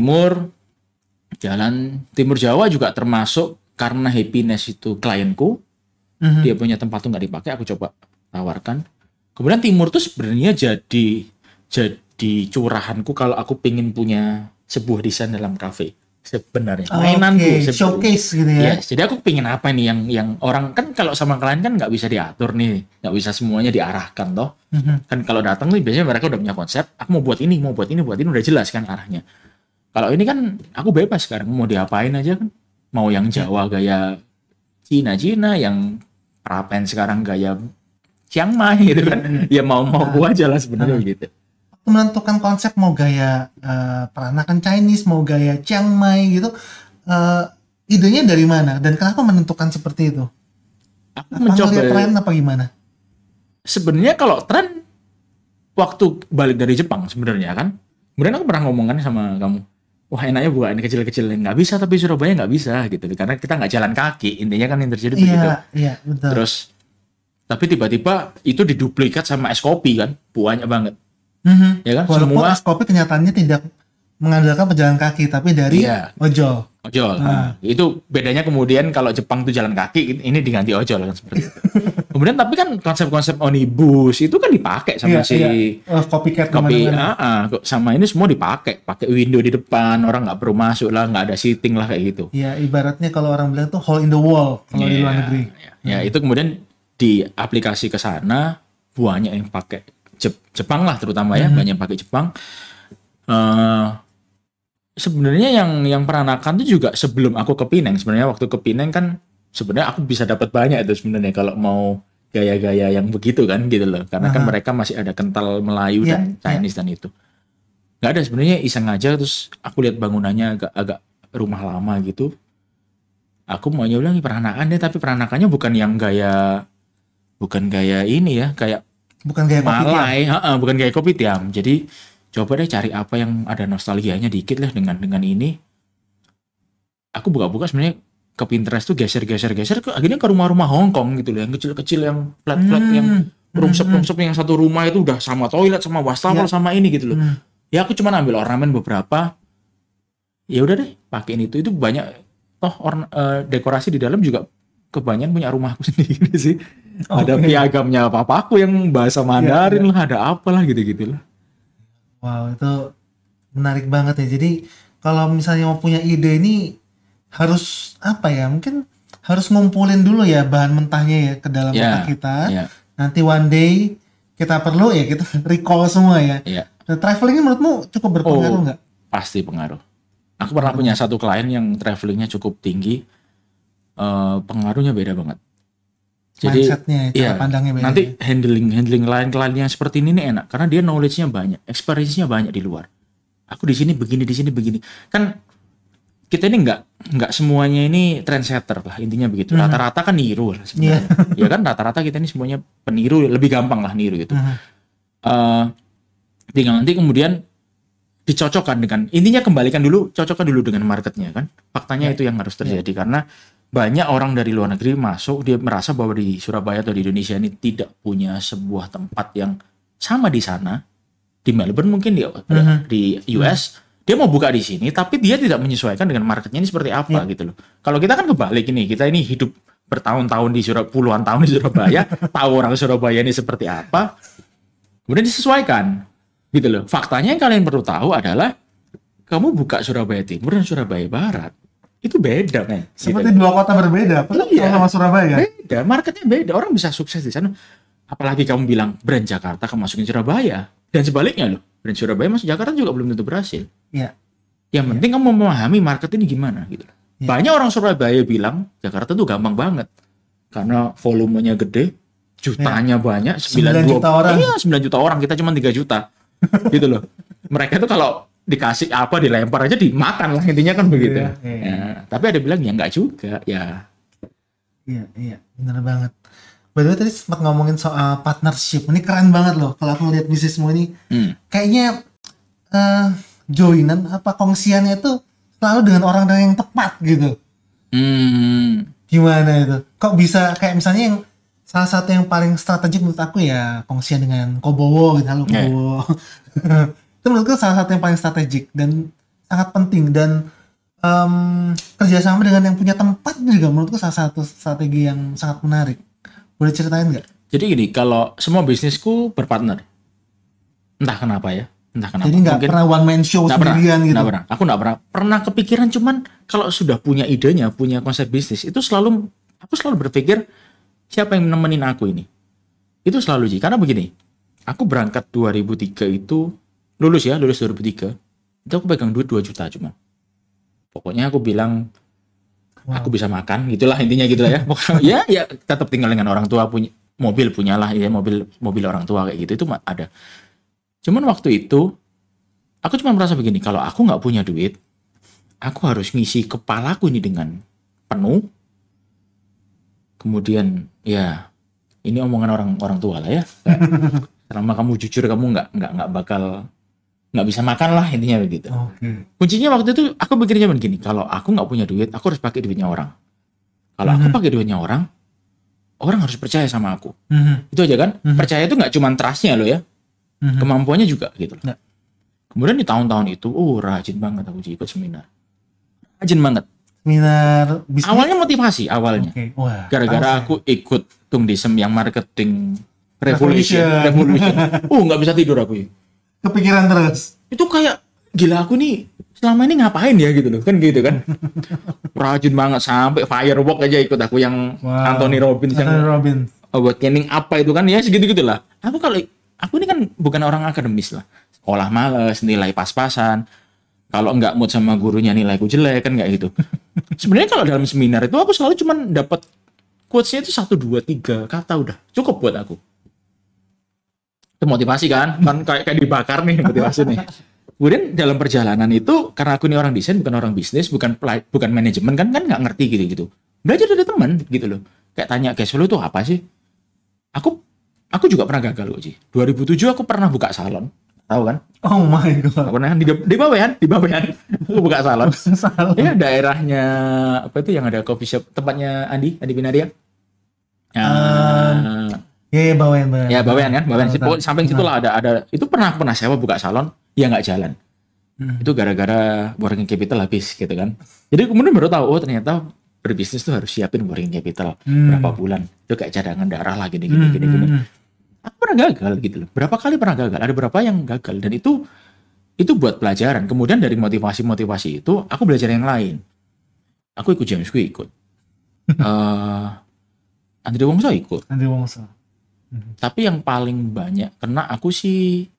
Jalan Timur Jawa juga termasuk karena happiness itu klienku. Dia punya tempat tuh nggak dipakai, aku coba tawarkan. Kemudian Timur tuh sebenarnya jadi curahanku kalau aku pengen punya sebuah desain dalam kafe. Sebenarnya mainanku Oke, showcase gitu ya. Yes, jadi aku pengen apa nih yang orang kan kalau sama klien kan nggak bisa diatur nih, nggak bisa semuanya diarahkan toh. Kan kalau datang nih biasanya mereka udah punya konsep, aku mau buat ini udah jelas kan arahnya. Kalau ini kan aku bebas sekarang mau diapain aja kan. Mau yang Jawa gaya Cina, yang Prapen sekarang gaya Chiang Mai gitu kan. Ya mau gua aja lah sebenarnya gitu. Menentukan konsep mau gaya peranakan Chinese, mau gaya Chiang Mai gitu. Idenya dari mana dan kenapa menentukan seperti itu? Aku Apa mencoba ngeliat tren apa gimana? sebenarnya kalau tren waktu balik dari Jepang sebenarnya kan. Kemudian aku pernah ngomongkan sama kamu. Wah enaknya buka ini kecil-kecil, nggak bisa tapi Surabaya nggak bisa gitu karena kita nggak jalan kaki, intinya kan yang terjadi begitu. Iya, betul. Terus Tapi tiba-tiba itu diduplikat sama es kopi kan, banyak banget. Ya kan, Walaupun semua es kopi kenyataannya tidak mengandalkan pejalan kaki, tapi dari iya, ojol. ojol. Nah, itu bedanya kemudian kalau Jepang tuh jalan kaki, ini diganti ojol kan seperti itu. Kemudian tapi kan konsep-konsep omnibus itu kan dipakai sama si Copycat kopi, kemana-mana. sama ini semua dipakai, pakai window di depan, orang nggak perlu masuk lah, nggak ada seating lah kayak gitu. Ya, ibaratnya kalau orang bilang tuh hole in the wall kalau di luar negeri. Ya, itu kemudian diaplikasi ke sana, banyak yang pakai Jepang lah terutama ya, banyak yang pakai Jepang. Sebenarnya yang peranakan itu juga sebelum aku ke Pineng. Sebenarnya waktu ke Pineng kan sebenarnya aku bisa dapat banyak itu sebenarnya kalau mau gaya-gaya yang begitu kan gitu loh. Karena kan mereka masih ada kental Melayu dan Chinese dan itu. Nggak ada sebenarnya, iseng aja terus aku lihat bangunannya agak rumah lama gitu. Aku mau bilang peranakan deh, tapi peranakannya bukan gaya ini ya, kayak Bukan gaya kopitiam. Malay, bukan gaya kopitiam. Jadi coba deh cari apa yang ada nostalgianya dikit lah dengan ini. Aku buka-buka sebenarnya ke Pinterest tuh geser akhirnya ke rumah-rumah Hong Kong gitu loh, yang kecil-kecil, yang flat-flat, yang rungsep-rungsep, yang satu rumah itu udah sama toilet, sama wastafel, sama ini gitu loh. Ya aku cuma ambil ornamen beberapa. Ya udah deh, pakein itu banyak. Toh dekorasi di dalam juga kebanyakan punya rumahku sendiri sih. Ada piagamnya papaku yang bahasa Mandarin lah, ada apalah gitu-gitu lah. Wow, itu menarik banget ya. Jadi kalau misalnya mau punya ide ini harus apa ya? Mungkin harus ngumpulin dulu ya bahan mentahnya ya ke dalam otak kita. Nanti one day kita perlu ya kita recall semua ya. Nah, traveling ini menurutmu cukup berpengaruh nggak? Pasti pengaruh. Aku pernah punya satu klien yang travelingnya cukup tinggi. Pengaruhnya beda banget. Jadi mindsetnya, cara pandangnya beda. Nanti handling klien-kliennya seperti ini nih enak karena dia knowledge-nya banyak, experience-nya banyak di luar. Aku di sini begini. Kan kita ini nggak semuanya ini trendsetter lah, intinya begitu. Rata-rata kan niru lah sebenarnya. Ya kan, rata-rata kita ini semuanya peniru, lebih gampang lah niru gitu. Tinggal nanti kemudian dicocokkan dengan, intinya cocokkan dulu dengan marketnya kan. Faktanya itu yang harus terjadi karena banyak orang dari luar negeri masuk, dia merasa bahwa di Surabaya atau di Indonesia ini tidak punya sebuah tempat yang sama di sana, di Melbourne mungkin, di US, dia mau buka di sini, tapi dia tidak menyesuaikan dengan marketnya ini seperti apa gitu loh. Kalau kita kan kebalik ini, kita ini hidup bertahun-tahun puluhan tahun di Surabaya, tahu orang Surabaya ini seperti apa, kemudian disesuaikan gitu loh. Faktanya yang kalian perlu tahu adalah kamu buka Surabaya Timur dan Surabaya Barat. Itu beda, men. Seperti dua kota berbeda, sama Surabaya. Beda, marketnya beda. Orang bisa sukses di sana. Apalagi kamu bilang brand Jakarta kamu masukin Surabaya. Dan sebaliknya loh, brand Surabaya masuk Jakarta juga belum tentu berhasil. Iya. Yang penting kamu memahami market ini gimana gitu. Banyak orang Surabaya bilang Jakarta tuh gampang banget. Karena volumenya gede, jutanya banyak, 9 juta orang. Iya, 9 juta orang, kita cuma 3 juta. Gitu loh. Mereka itu kalau dikasih apa dilempar aja dimakan lah, intinya kan begitu. Ya, tapi ada bilang ya enggak juga ya. Iya, benar banget. By the way, tadi sempat ngomongin soal partnership. Ini keren banget loh. Kalau aku lihat bisnismu ini, kayaknya joinan kongsiannya itu selalu dengan orang-orang yang tepat gitu. Gimana itu? Kok bisa kayak misalnya yang salah satu yang paling strategik menurut aku ya kongsian dengan Kobowo gitu. Halo Kobowo. Itu menurutku salah satu yang paling strategik dan sangat penting, dan kerjasama dengan yang punya tempat juga menurutku salah satu strategi yang sangat menarik. Boleh ceritain nggak? Jadi gini, kalau semua bisnisku berpartner, entah kenapa ya, Jadi nggak pernah one man show sendirian gitu. Nggak pernah. Aku nggak pernah kepikiran, cuman kalau sudah punya idenya, punya konsep bisnis, itu aku selalu berpikir siapa yang nemenin aku ini. Itu selalu sih, karena begini, aku berangkat 2003 itu lulus 2003, itu aku pegang duit 2 juta cuma. Pokoknya aku bilang aku bisa makan, gitulah intinya gitu lah ya. Pokoknya ya tetap tinggal dengan orang tua, punya mobil, punyalah ya, mobil orang tua kayak gitu itu ada. Cuman waktu itu aku cuma merasa begini, kalau aku nggak punya duit, aku harus ngisi kepalaku ini dengan penuh. Kemudian ya ini omongan orang tua lah ya. Selama kamu jujur, kamu nggak bisa makan lah, intinya begitu. Kuncinya waktu itu aku pikirnya begini, kalau aku nggak punya duit, aku harus pakai duitnya orang. Kalau aku pakai duitnya orang, orang harus percaya sama aku. Mhm. Itu aja kan. Mhm. Percaya itu nggak cuma trust-nya loh ya, Mhm. kemampuannya juga gitu loh. Ya. Kemudian di tahun-tahun itu, rajin banget aku ikut seminar. Rajin banget. Seminar bisnis. Awalnya motivasi, awalnya. Oke. Wah. Gara-gara tahu aku ikut Tung Disem yang marketing Revolution. Revolution. Nggak bisa tidur aku ya. saya. Kepikiran terus. Itu kayak, gila aku nih selama ini ngapain ya gitu loh. Kan gitu kan. Rajin banget sampai firewalk aja ikut aku yang Wow. Anthony Robbins yang Anthony Robbins. buat training apa itu kan ya segitu-gitulah. Aku ini kan bukan orang akademis lah. Sekolah males, nilai pas-pasan. Kalau nggak mood sama gurunya nilaiku jelek kan nggak gitu. Sebenarnya kalau dalam seminar itu aku selalu cuman dapat quotes-nya itu 1, 2, 3 kata udah cukup buat aku. Itu motivasi kan kayak dibakar nih motivasi nih. Kemudian dalam perjalanan itu karena aku ini orang desain bukan orang bisnis bukan manajemen kan nggak ngerti gitu belajar dari teman gitu loh. Kayak tanya cash flow itu apa sih, aku juga pernah gagal kok Ci. 2007 aku pernah buka salon, tahu kan? Oh my god. Aku pernah di Bawean aku buka salon. Salah. Ya daerahnya apa itu yang ada coffee shop tempatnya Andi Binaria. Ya bawain. Ya Bawean kan, Bawean. Tahu. Samping situ lah ada. Itu pernah sewa buka salon, ya nggak jalan. Itu gara-gara working capital habis gitu kan. Jadi kemudian baru tahu, ternyata berbisnis tuh harus siapin working capital berapa bulan. Itu kayak cadangan darah lah gini. Aku pernah gagal gitu loh. Berapa kali pernah gagal, ada berapa yang gagal dan itu buat pelajaran. Kemudian dari motivasi itu aku belajar yang lain. Aku ikut James Gue ikut. Andri Wongso ikut. Tapi yang paling banyak karena aku sih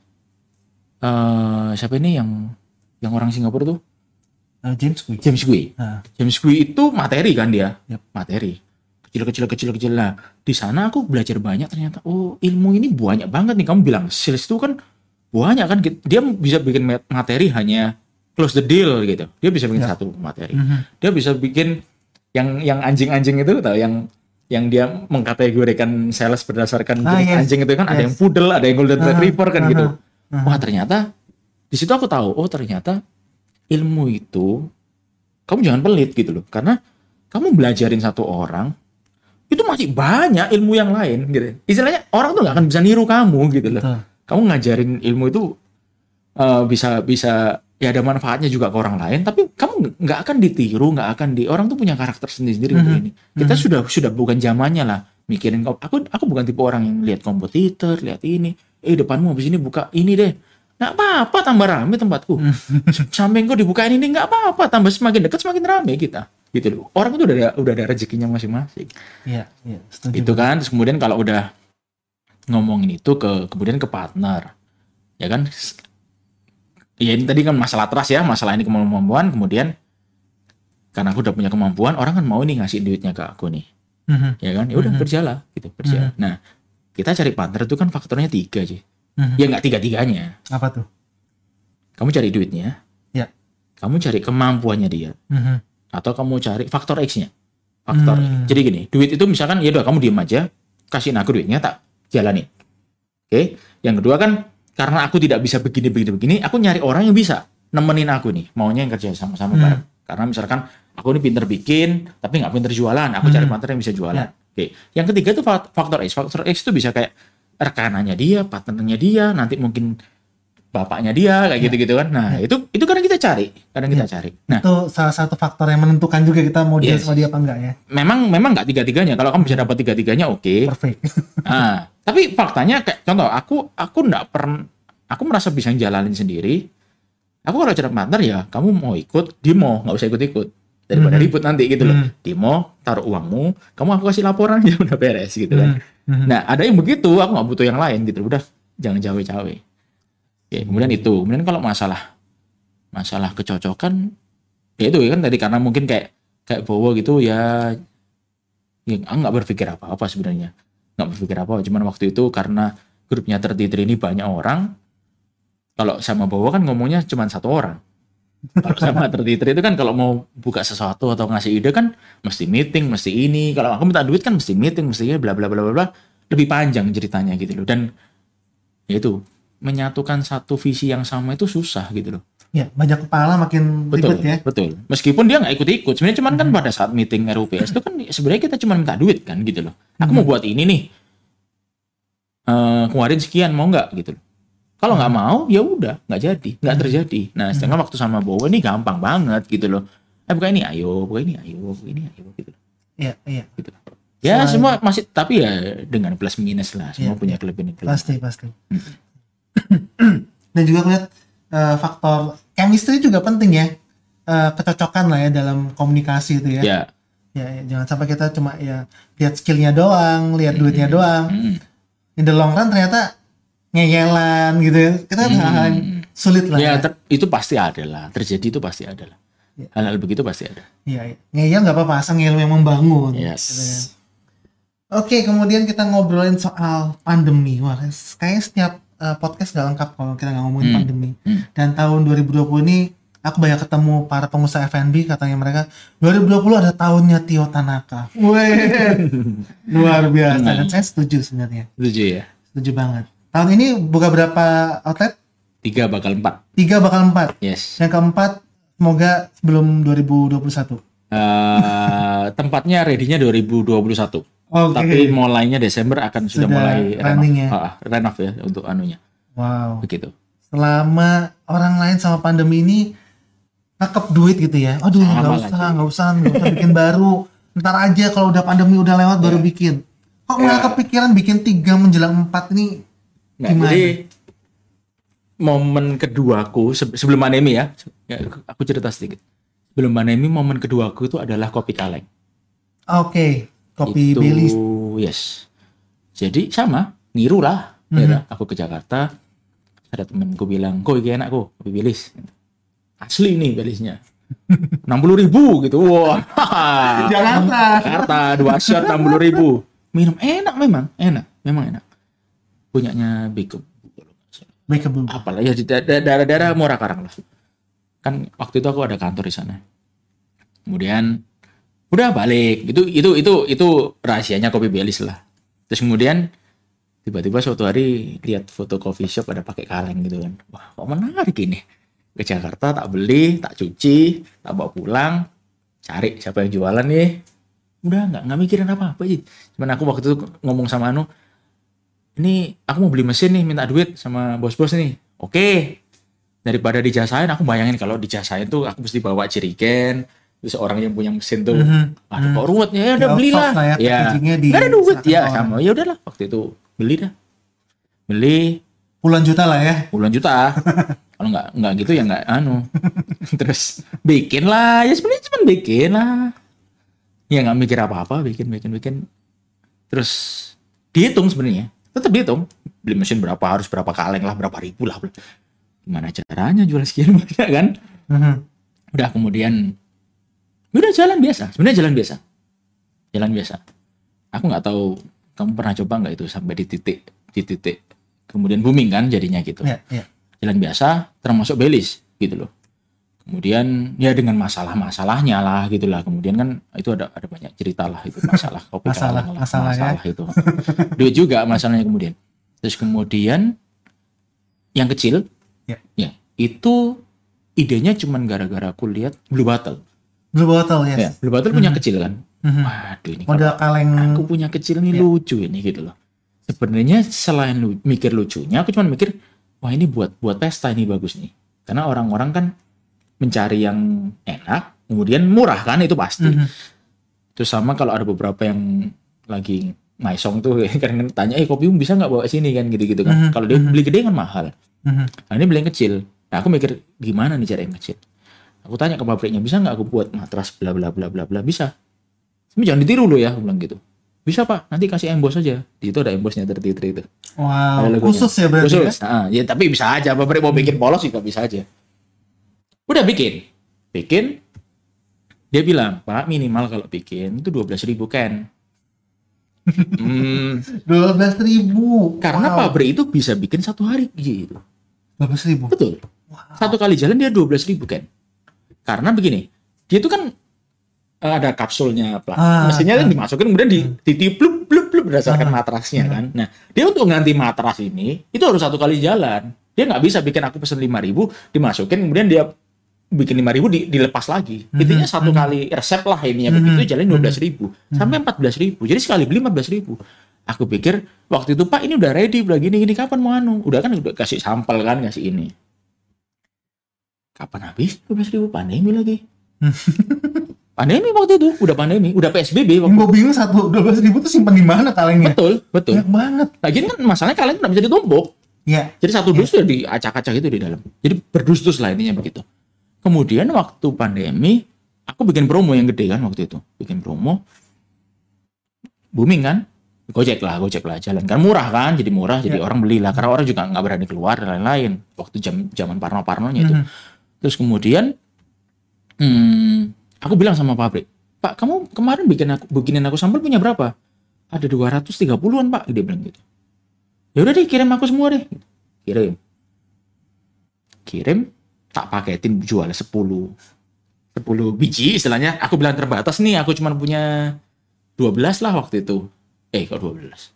siapa ini yang orang Singapura tuh? James Gue. James Gue itu materi kan dia. Yep. Materi. Kecil. Nah, di sana aku belajar banyak ternyata. Ilmu ini banyak banget nih. Kamu bilang sales itu kan banyak kan. Dia bisa bikin materi hanya close the deal gitu. Dia bisa bikin satu materi. Dia bisa bikin yang anjing-anjing itu tahu yang dia mengkategorikan sales berdasarkan anjing itu kan ada yang poodle, ada yang golden retriever kan gitu. Wah, ternyata di situ aku tahu, ternyata ilmu itu kamu jangan pelit gitu loh. Karena kamu belajarin satu orang itu masih banyak ilmu yang lain gitu. Istilahnya orang tuh nggak akan bisa niru kamu gitu loh. Betul. Kamu ngajarin ilmu itu bisa ya ada manfaatnya juga ke orang lain, tapi kamu nggak akan ditiru, nggak akan orang tuh punya karakter sendiri untuk ini. Kita sudah bukan zamannya lah mikirin aku bukan tipe orang yang lihat kompetitor, lihat ini, depanmu habis ini buka ini deh. Nggak apa-apa tambah rame tempatku. Sampingku dibukain ini nggak apa-apa, tambah semakin dekat semakin rame kita. Gitu loh. Orang itu udah ada rezekinya masing-masing. Iya, setuju. Itu kan, terus kemudian kalau udah ngomongin itu kemudian ke partner. Ya kan? Ya ini tadi kan masalah trust ya, masalah ini kemampuan, kemudian karena aku udah punya kemampuan, orang kan mau nih ngasih duitnya ke aku nih. Ya kan? Ya udah kerjalah gitu, kerja. Nah, kita cari partner itu kan faktornya 3 sih. Ya nggak 3-3-nya. Apa tuh? Kamu cari duitnya. Ya. Kamu cari kemampuannya dia. Atau kamu cari faktor X-nya. Faktor. Jadi gini, duit itu misalkan ya udah kamu diem aja, kasihin aku duitnya tak jalanin. Oke. Yang kedua kan karena aku tidak bisa begini, aku nyari orang yang bisa nemenin aku nih, maunya yang kerja sama-sama bareng. Karena misalkan aku ini pinter bikin, tapi nggak pinter jualan, aku cari partner yang bisa jualan. Oke. Yang ketiga itu faktor X. Faktor X itu bisa kayak rekanannya dia, partnernya dia, nanti mungkin bapaknya dia, kayak gitu-gitu kan. Nah, itu kadang kita cari. Nah, itu salah satu faktor yang menentukan juga kita mau deal sama dia apa enggak ya. Memang nggak 3-3-nya. Kalau kamu bisa dapat 3-3-nya oke. Perfect. Nah, tapi faktanya kayak contoh aku nggak pernah, aku merasa bisa jalanin sendiri. Aku kalau cari partner ya kamu mau ikut, demo, nggak usah ikut-ikut daripada ribut nanti gitu loh. Demo, taruh uangmu, kamu aku kasih laporan ya udah beres gitu kan. Nah, ada yang begitu, aku nggak butuh yang lain gitu. Udah jangan cawe-cawe. Oke, kemudian kemudian kalau masalah kecocokan ya itu kan tadi karena mungkin kayak Bowo gitu ya nggak berpikir apa-apa sebenarnya. Nggak berpikir apa, cuman waktu itu karena grupnya 33 ini banyak orang. Kalau sama Bowo kan ngomongnya cuma satu orang. Kalau sama 33 itu kan kalau mau buka sesuatu atau ngasih ide kan mesti meeting, mesti ini. Kalau aku minta duit kan mesti meeting, mesti bla bla bla bla bla. Lebih panjang ceritanya gitu loh. Dan ya itu menyatukan satu visi yang sama itu susah gitu loh. Ya, banyak kepala makin Betul, ribet ya. betul. Meskipun dia nggak ikut-ikut, sebenarnya cuman kan pada saat meeting RUPS itu kan sebenarnya kita cuma minta duit kan gitu loh. Aku mau buat ini nih, kemarin sekian mau nggak gitu loh. Kalau nggak mau, ya udah nggak jadi, nggak terjadi. Nah, sedangkan waktu sama Bowo ini gampang banget gitu loh. Buka ini ayo, buka ini ayo, buka ini ayo gitu. Iya, iya. Gitu. Ya Selain- semua masih, tapi ya dengan plus minus lah, semua Iya, punya iya. kelebihan dan kelemahan. Pasti. Dan juga lihat faktor chemistry juga penting ya. Kecocokan lah ya dalam komunikasi itu ya. Ya, Ya, jangan sampai kita cuma ya lihat skillnya doang, lihat duitnya doang. In the long run ternyata ngeyelan gitu ya. Kita kan hal yang sulit lah ya ya. itu pasti ada lah, terjadi itu pasti ada lah. Hal-hal begitu pasti ada. Iya, iya. Ngeyel nggak apa-apa, asal ngeyel yang membangun. Yes. Gitu ya. Oke, kemudian kita ngobrolin soal pandemi. Wah, kayaknya setiap podcast nggak lengkap kalau kita nggak ngomongin pandemi. Dan tahun 2020 ini aku banyak ketemu para pengusaha F&B, katanya mereka 2020 ada tahunnya Tio Tanaka. Wih, luar biasa. Dan saya setuju sebenarnya. Setuju ya. Setuju banget. Tahun ini buka berapa outlet? 3 bakal 4. 3 bakal 4. Yes. Yang keempat semoga sebelum 2021. Tempatnya ready-nya 2021. Oke. Tapi mulainya Desember akan sudah mulai running ya. renov ya untuk anunya. Wow. Begitu. Selama orang lain sama pandemi ini ngekep duit gitu ya. Aduh, nggak usah bikin baru. Ntar aja kalau udah pandemi udah lewat baru bikin. Kok nggak kepikiran bikin 3 menjelang 4 nih? Nah, Gimana? jadi momen keduaku sebelum pandemi ya, aku cerita sedikit. Sebelum pandemi momen keduaku itu adalah kopi kaleng. Oke, kopi Itu, Baileys. yes. Jadi sama, niru lah. Ya, aku ke Jakarta, ada temenku bilang, kok ini enak kok, kopi Baileys. Asli nih Baileysnya. 60.000 gitu. Wah. Jakarta 2 shot 60.000. Minum enak memang enak. Punyanya Biko. Baik ke Bu. Apalah ya di daerah-daerah Muara Karang lah. Kan waktu itu aku ada kantor di sana. Kemudian udah balik. Itu rahasianya kopi Baileys lah. Terus kemudian tiba-tiba suatu hari lihat foto coffee shop ada pakai kaleng gitu kan. Wah, kok menarik ini. Ke Jakarta tak beli, tak cuci, tak bawa pulang, cari siapa yang jualan nih. Udah nggak mikirin apa-apa sih. Cuman aku waktu itu ngomong sama Anu, ini aku mau beli mesin nih, minta duit sama bos-bos nih. Oke. Daripada dijasain, aku bayangin kalau dijasain tuh aku mesti bawa jerigen, terus orang yang punya mesin tuh, aduh kok ruwet ya, udah belilah. Ya, nggak ada duit ya sama. Ya udahlah, waktu itu beli dah. Beli Puluhan juta lah ya. puluhan juta. Kalau nggak gitu ya nggak Terus bikin lah, ya sebenarnya cuma bikin lah. Ya nggak mikir apa-apa, bikin. Terus dihitung sebenarnya. Tetap dihitung, beli mesin berapa, harus berapa kaleng lah, berapa ribu lah. Gimana caranya jual sekian banyak kan? Udah kemudian, udah jalan biasa. Sebenarnya jalan biasa. Aku nggak tahu kamu pernah coba nggak itu sampai di titik kemudian booming kan jadinya gitu. Iya. Jalan biasa, termasuk Baileys gitu loh. Kemudian ya dengan masalah-masalahnya lah gitulah. Kemudian kan itu ada banyak cerita lah itu masalah kopi masalah ya. itu. Duit juga masalahnya kemudian. Terus kemudian yang kecil ya itu idenya cuman gara-gara aku lihat Blue Bottle. Blue Bottle ya. Ya, Blue Bottle punya kecil kan. Waduh ini model kaleng. Aku punya kecil nih lucu ini gitu loh. Sebenarnya selain mikir lucunya, aku cuma mikir wah ini buat pesta ini bagus nih. Karena orang-orang kan mencari yang enak, kemudian murah kan itu pasti. Terus sama kalau ada beberapa yang lagi maisong tuh kan tanya, kopi bisa nggak bawa sini kan gitu-gitu kan. Kalau dia beli gede kan mahal. Nah ini beli yang kecil. Nah aku mikir gimana nih cara yang kecil. Aku tanya ke pabriknya, bisa nggak aku buat matras bla bla bla bla bla. Bisa. Tapi jangan ditiru loh ya, aku bilang gitu. Bisa pak, nanti kasih emboss aja. Di itu ada embossnya 33 itu. Wow, khusus ya berarti khusus. ya? Ya tapi bisa aja, pabrik mau bikin polos juga bisa aja. Udah bikin. Dia bilang, Pak minimal kalau bikin itu 12.000 can. 12.000. Karena pabrik itu bisa bikin 1 hari gitu. 12.000. Betul. Wow. 1 kali jalan dia 12.000 can. Karena begini, dia itu kan ada kapsulnya mesinnya kan dimasukin kemudian ditiup blup berdasarkan matrasnya kan. Nah dia untuk ganti matras ini itu harus 1 kali jalan. Dia nggak bisa bikin aku pesen 5.000, dimasukin, kemudian dia bikin 5.000 dilepas lagi. Intinya satu kali resep lah ini ya, begitu jalan 12.000 sampai 14.000. Jadi sekali beli 14.000. Aku pikir waktu itu, Pak, ini udah ready, udah gini kapan mau anu? Udah kan udah kasih sampel kan, kasih ini. Kapan habis? 12.000, pandemi lagi. Pandemi waktu itu, udah pandemi, udah PSBB waktu. Gue bingung 12.000 tuh simpan di mana kalengnya? Betul. Banyak banget. Lagian kan masalahnya kaleng nggak bisa ditumpuk. Iya. Jadi satu dus tuh diacak-acak itu di dalam. Jadi berdus-dus lah intinya begitu. Kemudian waktu pandemi, aku bikin promo yang gede kan waktu itu. Bikin promo. Booming kan? Gojek lah, jalan kan murah kan, jadi murah, jadi orang belilah karena orang juga nggak berani keluar dan lain-lain. Waktu zaman parno-parnonya itu. Terus kemudian aku bilang sama pabrik, Pak, kamu kemarin bikinin aku sampel punya berapa? Ada 230-an, Pak, dia bilang gitu. Ya udah deh, kirim aku semua deh. Kirim, tak paketin, jual 10 biji istilahnya. Aku bilang terbatas nih, aku cuma punya 12 lah waktu itu. Kok 12?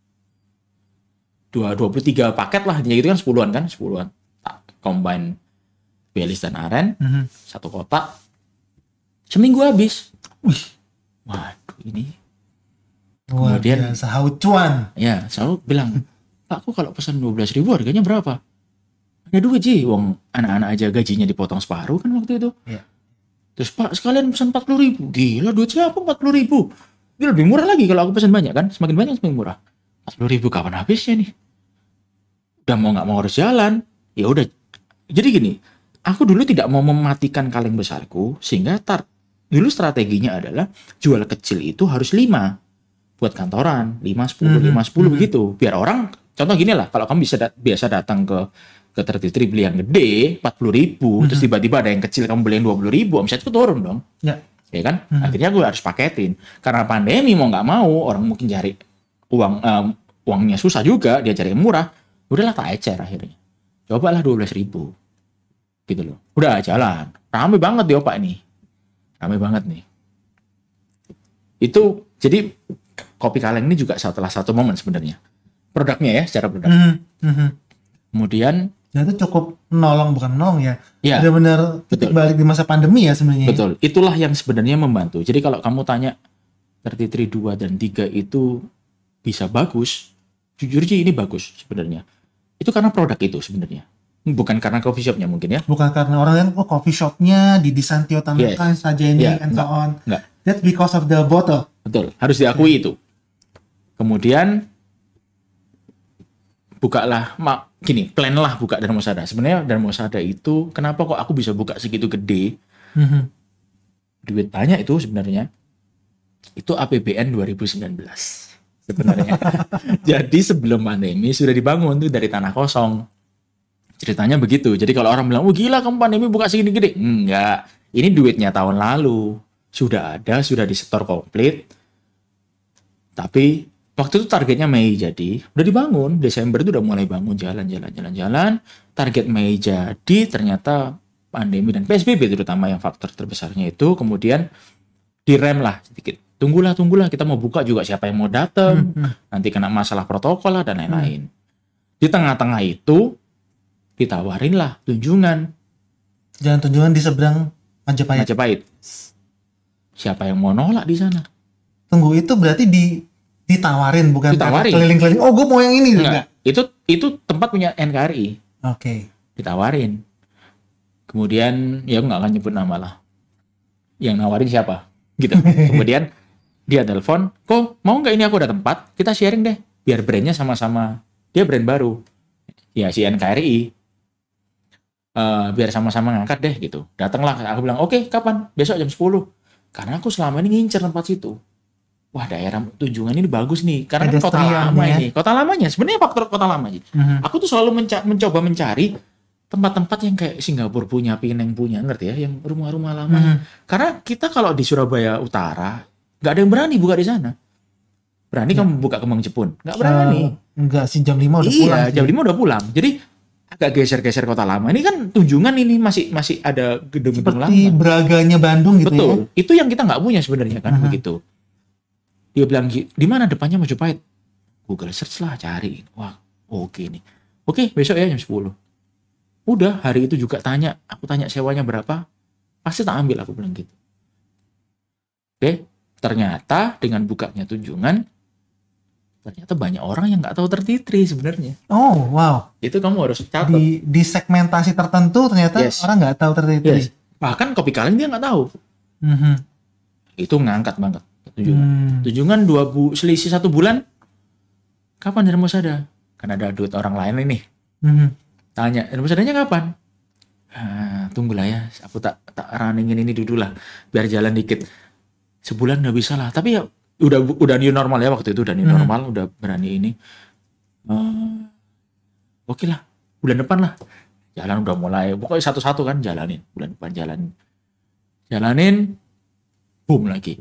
23 paket lah, ya gitu kan 10-an. Tak combine Baileys dan Aren, satu kotak. Seminggu habis. Wih. Waduh, ini. Luar Kemudian biasa, haucuan. Ya, saya bilang, Pak, aku kalau pesan 12.000 harganya berapa? Ada duit sih, wong anak-anak aja gajinya dipotong separuh kan waktu itu. Ya. Terus, Pak, sekalian pesan 40.000. Gila, duit siapa 40.000? Ini lebih murah lagi kalau aku pesan banyak kan? Semakin banyak semakin murah. 40.000 kapan habisnya nih? Udah mau nggak mau harus jalan. Ya udah. Jadi gini, aku dulu tidak mau mematikan kaleng besarku, sehingga dulu strateginya adalah jual kecil itu harus 5 buat kantoran, 5, 10 begitu. Biar orang, contoh gini lah, kalau kamu biasa datang ke 33 beli yang gede 40.000, terus tiba-tiba ada yang kecil kamu beli yang 20.000, omset itu turun dong. Ya kan? Akhirnya gue harus paketin. Karena pandemi mau nggak mau, orang mungkin cari uangnya susah juga, dia cari yang murah. Udahlah tak ecer akhirnya. Cobalah 12.000. Gitu loh. Udah jalan. Rame banget di Opak ini. Rame banget nih. Itu jadi kopi kaleng ini juga salah satu momen sebenarnya. Produknya ya, secara produk. Kemudian itu cukup bukan menolong ya. Ya, benar-benar titik balik di masa pandemi ya sebenarnya. Betul. Itulah yang sebenarnya membantu. Jadi kalau kamu tanya 33 2 dan 3 itu bisa bagus, jujur sih ini bagus sebenarnya. Itu karena produk itu sebenarnya. Bukan karena coffee shopnya mungkin ya. Bukan karena orang yang coffee shopnya didesain Tio Tanaka saja ini and so on. Enggak. That's because of the bottle. Betul. Harus diakui itu. Kemudian bukalah, plan lah buka Dharmasada. Sebenarnya Dharmasada itu kenapa kok aku bisa buka segitu gede? Duit banyak itu sebenarnya. Itu APBN 2019 sebenarnya. Jadi sebelum pandemi sudah dibangun tuh dari tanah kosong. Ceritanya begitu. Jadi kalau orang bilang, "Oh gila kamu pandemi buka segini gede." Enggak. Ini duitnya tahun lalu. Sudah ada, sudah disetor komplit. Tapi waktu itu targetnya Mei, jadi udah dibangun. Desember itu udah mulai bangun, jalan. Target Mei jadi, ternyata pandemi dan PSBB terutama yang faktor terbesarnya itu. Kemudian direm lah sedikit. Tunggulah, kita mau buka juga siapa yang mau datang. Nanti kena masalah protokol lah dan lain-lain. Di tengah-tengah itu ditawarin lah Tunjungan. Jalan Tunjungan di seberang Majapahit. Siapa yang mau nolak di sana? Tunggu, itu berarti ditawarin, bukan ditawarin. Keliling-keliling. Oh, gue mau yang ini. Enggak. Itu tempat punya NKRI. Oke. Ditawarin. Kemudian ya nggak akan nyebut nama lah. Yang nawarin siapa? Gitu. Kemudian dia telepon, "Kok mau nggak ini aku ada tempat? Kita sharing deh. Biar brandnya sama-sama. Dia brand baru. Ya si NKRI. Biar sama-sama ngangkat deh gitu." Datanglah. Aku bilang, "Oke, kapan? Besok jam 10. Karena aku selama ini ngincer tempat situ. Wah, daerah Tunjungan ini bagus nih. Karena kan kota lama ini. Kota lamanya. Sebenarnya faktor kota lama. Aku tuh selalu mencoba mencari tempat-tempat yang kayak Singapura punya, Penang punya, ngerti ya? Yang rumah-rumah lama. Karena kita kalau di Surabaya Utara, nggak ada yang berani buka di sana. Berani kamu buka Kembang Jepun? Nggak berani. Enggak sih, jam 5 udah pulang. Iya, jam 5 udah pulang. Jadi agak geser-geser kota lama. Ini kan Tunjungan ini masih ada gedung-gedung lama. Seperti Braganya Bandung gitu. Betul. Ya? Itu yang kita nggak punya sebenarnya kan begitu. Dia bilang, "Di mana depannya Majapahit?" Google search lah, cari. Wah, oke nih. Oke, besok ya jam 10. Udah hari itu juga aku tanya sewanya berapa, pasti tak ambil, aku bilang gitu. Oke, ternyata dengan bukanya Tunjungan, ternyata banyak orang yang nggak tahu Tertitri sebenarnya. Oh, wow. Itu kamu harus catat. Di segmentasi tertentu ternyata Yes. orang nggak tahu Tertitri. Yes. Bahkan Kopi Kaleng dia nggak tahu. Mhm. Itu ngangkat banget Tunjungan. Tunjungan selisih 1 bulan. Kapan Darmosada? Kan ada duit orang lain ini. Mhm. Tanya, Darmosadanya kapan? Tunggulah ya, aku tak runningin ini dulu lah, biar jalan dikit. Sebulan nggak bisa lah. Tapi ya udah new normal ya waktu itu, udah new normal, udah berani ini. Oke lah, bulan depan lah. Jalan udah mulai, pokoknya satu-satu kan jalanin. Bulan depan jalanin, boom lagi.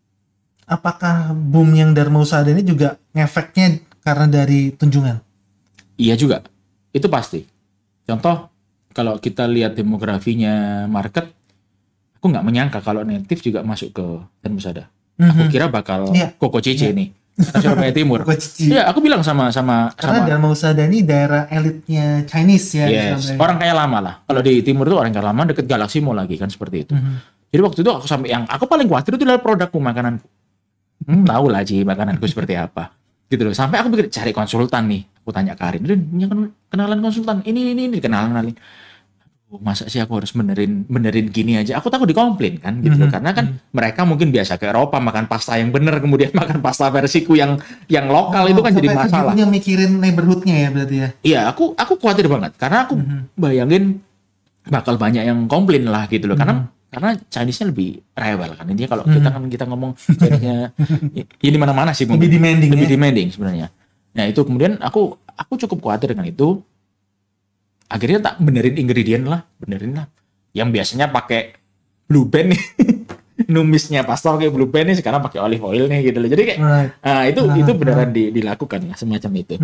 Apakah boom yang Dharma Husada ini juga ngefeknya karena dari Tunjungan? Iya juga, itu pasti. Contoh, kalau kita lihat demografinya market, aku nggak menyangka kalau native juga masuk ke Dharma Husada. Aku kira bakal Koko Cece nih, Surabaya Timur. Iya, aku bilang sama karena Dharma Husada ini daerah elitnya Chinese ya. Yes, orang kaya lama lah. Kalau di timur itu orang kaya lama, deket Galaxy Mall lagi kan, seperti itu. Jadi waktu itu aku paling khawatir itu adalah produkku, makananku. Tahu lah Ci, makananku seperti apa. Gitu loh. Sampai aku pikir cari konsultan nih. Aku tanya ke Arin, punya kenalan konsultan. Ini kenalan. Masa sih aku harus benerin gini aja. Aku takut dikomplain kan gitu loh. Karena kan mereka mungkin biasa ke Eropa makan pasta yang bener, kemudian makan pasta versiku yang lokal, itu kan jadi masalah. Itu mikirin neighborhoodnya ya berarti ya. Iya, aku khawatir banget karena aku bayangin bakal banyak yang komplain lah gitu loh. Karena Chinese-nya lebih rewel kan. Intinya kalau kita ngomong Chinese-nya ini mana-mana sih mungkin. Lebih demanding sebenarnya. Nah, itu kemudian aku cukup khawatir dengan itu. Akhirnya tak benerin lah. Yang biasanya pakai Blue Band nih. Numisnya pastor kayak Blue Band nih, sekarang pakai olive oil nih gitu loh. Jadi kayak itu beneran dilakukan lah semacam itu.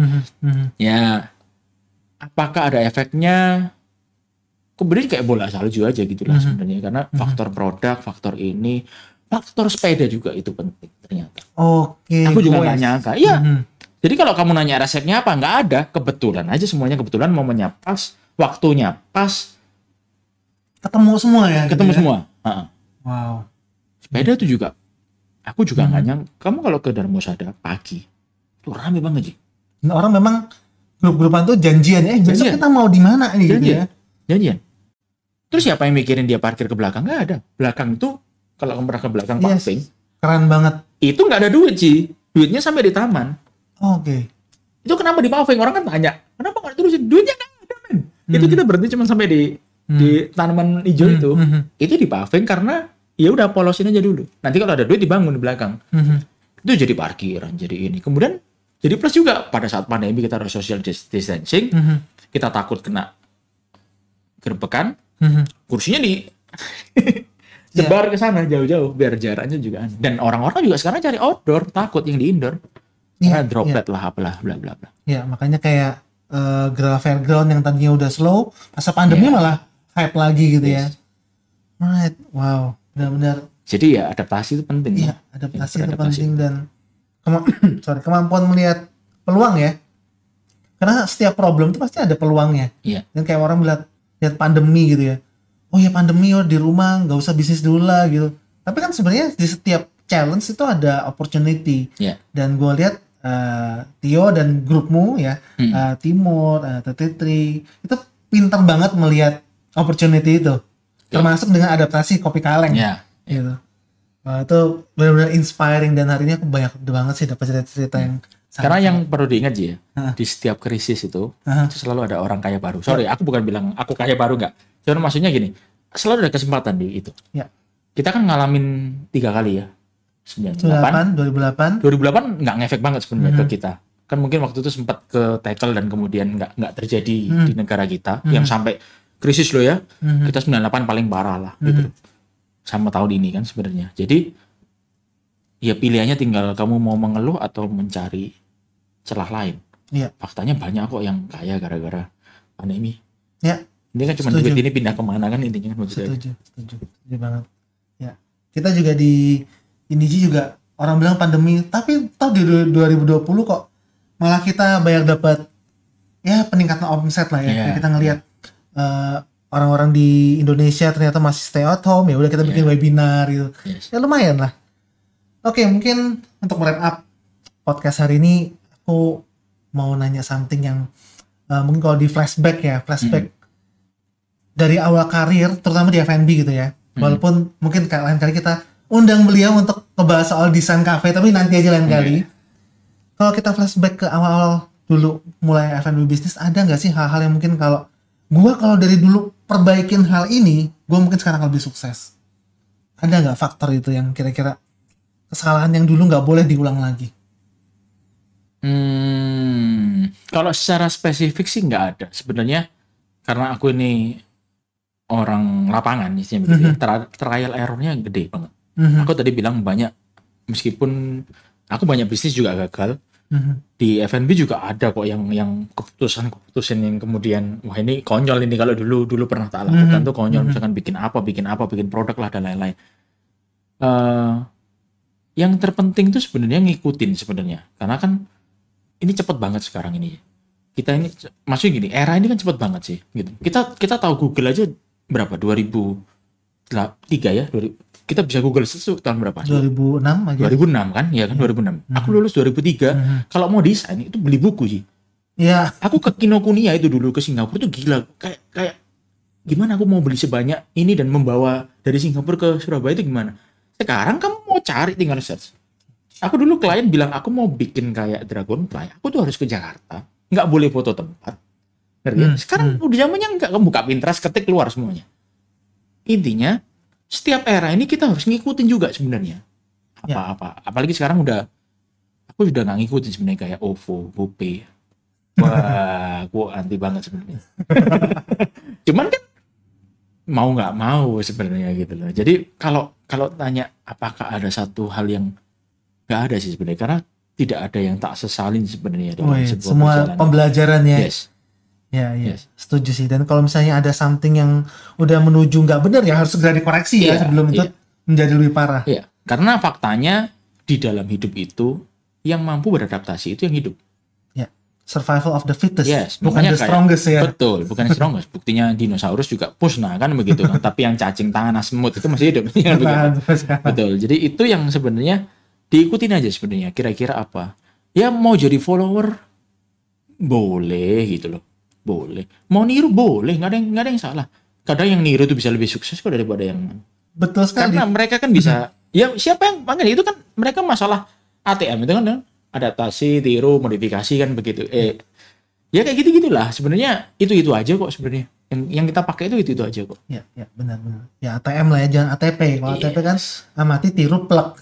Ya, apakah ada efeknya? Kemudian kayak bola salju aja gitu lah sebenarnya, karena faktor produk, faktor ini, faktor sepeda juga itu penting ternyata. Oke. Aku juga nggak nyangka. Iya. Jadi kalau kamu nanya resepnya apa, nggak ada. Kebetulan aja semuanya kebetulan, momennya pas, waktunya pas. Ketemu semua ya? Ketemu semua. Wow. Sepeda itu juga, aku juga nggak nyangka. Kamu kalau ke Dharma Husada pagi, itu rame banget sih. Orang memang grup-grupan tuh janjian ya. Besok kita mau di mana nih gitu ya? Janjian. Terus siapa yang mikirin dia parkir ke belakang? Nggak ada. Belakang itu, kalau kamu pernah ke belakang paving, keren banget. Itu nggak ada duit sih. Duitnya sampai di taman. Oke. Itu kenapa di paving? Orang kan tanya, kenapa nggak diterusin? Duitnya nggak ada, men. Itu kita berhenti cuma sampai di tanaman hijau itu. Itu di paving karena ya udah polosin aja dulu. Nanti kalau ada duit dibangun di belakang. Itu jadi parkiran, jadi ini. Kemudian jadi plus juga pada saat pandemi kita harus social distancing. Kita takut kena gerbekan. Kursinya sebar ke sana jauh-jauh biar jaraknya juga aneh. Dan orang-orang juga sekarang cari outdoor, takut yang di indoor. Karena droplet lah apalah bla bla bla. Ya, makanya kayak Gravel Fairground yang tadinya udah slow, masa pandemi malah hype lagi gitu ya. Right. Wow, benar-benar. Jadi ya adaptasi itu penting. Iya, adaptasi itu penting dan kemampuan melihat peluang ya. Karena setiap problem itu pasti ada peluangnya. Iya. Dan kayak orang lihat pandemi gitu ya. Oh ya pandemi di rumah nggak usah bisnis dulu lah gitu. Tapi kan sebenarnya di setiap challenge itu ada opportunity. Yeah. Dan gue lihat Tio dan grupmu ya, Timur, Tertitri itu pintar banget melihat opportunity itu. Termasuk dengan adaptasi Kopi Kaleng. Gitu. Itu benar-benar inspiring dan hari ini aku banyak banget sih dapat cerita-cerita yang karena yang perlu diingat ya, di setiap krisis itu selalu ada orang kaya baru. Sorry, aku bukan bilang aku kaya baru nggak. Cuma maksudnya gini, selalu ada kesempatan di itu. Ya. Kita kan ngalamin 3 kali ya. 2008 nggak ngefek banget sebenarnya ke kita. Kan mungkin waktu itu sempat ke tackle dan kemudian nggak terjadi di negara kita. Yang sampai krisis loh ya. Kita 98 paling parah lah gitu. Sama tahun ini kan sebenarnya. Jadi ya pilihannya tinggal kamu mau mengeluh atau mencari celah lain. Iya. Faktanya banyak kok yang kaya gara-gara pandemi. Ya. Ini kan cuma duit ini pindah kemana kan intinya kan. Setuju banget. Ya. Kita juga di Indiji juga orang bilang pandemi, tapi toh di 2020 kok malah kita banyak dapat ya peningkatan omset lah ya. Kita ngelihat orang-orang di Indonesia ternyata masih stay at home, ya udah kita bikin webinar gitu. Yes. Ya lumayan lah. Oke, mungkin untuk wrap up podcast hari ini aku mau nanya something yang mungkin kalau di flashback dari awal karir terutama di F&B gitu ya. Walaupun mungkin lain kali kita undang beliau untuk ngebahas soal desain cafe, tapi nanti aja lain kali. Kalau kita flashback ke awal-awal dulu mulai F&B bisnis, ada nggak sih hal-hal yang mungkin kalau dari dulu perbaikin hal ini, gue mungkin sekarang lebih sukses? Ada nggak faktor itu yang kira-kira kesalahan yang dulu nggak boleh diulang lagi? Kalau secara spesifik sih nggak ada. Sebenarnya karena aku ini orang lapangan istilahnya begitu ya, trial errornya gede banget. Aku tadi bilang banyak, meskipun aku banyak bisnis juga gagal, di F&B juga ada kok yang keputusan yang kemudian wah ini konyol ini kalau dulu pernah tak lakukan tuh konyol, misalkan bikin produk lah dan lain-lain. Yang terpenting tuh sebenarnya ngikutin sebenarnya, karena kan ini cepet banget sekarang ini. Kita ini maksudnya gini, era ini kan cepet banget sih gitu. Kita tahu Google aja berapa? 2003 ya. Kita bisa Google sesuatu tahun berapa? 2006 aja. 2006 kan? Iya kan 2006. Aku lulus 2003. Kalau mau desain itu beli buku sih. Iya. Aku ke Kinokuniya itu dulu ke Singapura tuh gila. Kayak gimana aku mau beli sebanyak ini dan membawa dari Singapura ke Surabaya itu gimana? Sekarang kamu mau cari tinggal search. Aku dulu klien bilang aku mau bikin kayak Dragonfly, aku tuh harus ke Jakarta, nggak boleh foto tempat. Ngerti? Sekarang udah zamannya nggak, kamu buka Pinterest, ketik keluar semuanya. Intinya setiap era ini kita harus ngikutin juga sebenarnya. Apa-apa. Apalagi sekarang aku sudah nggak ngikutin sebenarnya kayak OVO, GoPay. Wah, aku anti banget sebenarnya. Cuman kan mau nggak mau sebenarnya gitu loh. Jadi kalau tanya apakah ada satu hal yang nggak ada sih sebenarnya, karena tidak ada yang tak sesalin sebenarnya dalam sebuah semua perjalanan. pembelajaran ya. Yes. Ya, setuju sih. Dan kalau misalnya ada something yang udah menuju nggak benar ya harus segera dikoreksi ya sebelum itu menjadi lebih parah. Iya, karena faktanya di dalam hidup itu yang mampu beradaptasi itu yang hidup. Ya, survival of the fittest. Yes, bukan the strongest ya. Betul, bukan the strongest. Buktinya dinosaurus juga musnah kan begitu kan. Tapi yang cacing tangan semut itu masih hidup. Betul. Jadi itu yang sebenarnya diikutin aja sebenarnya. Kira-kira apa? Ya mau jadi follower boleh gitu loh. Boleh. Mau niru boleh, nggak ada yang salah. Kadang yang niru itu bisa lebih sukses kok daripada yang. Betul sekali. Karena mereka kan bisa. Ya siapa yang panggil itu kan mereka masalah ATM itu kan adaptasi, tiru, modifikasi kan begitu. Ya kayak gitu-gitulah. Sebenarnya itu aja kok sebenarnya. Yang kita pakai itu aja kok. Ya benar. Ya ATM lah ya, jangan ATP. Kalau ATP kan amati tiru plek.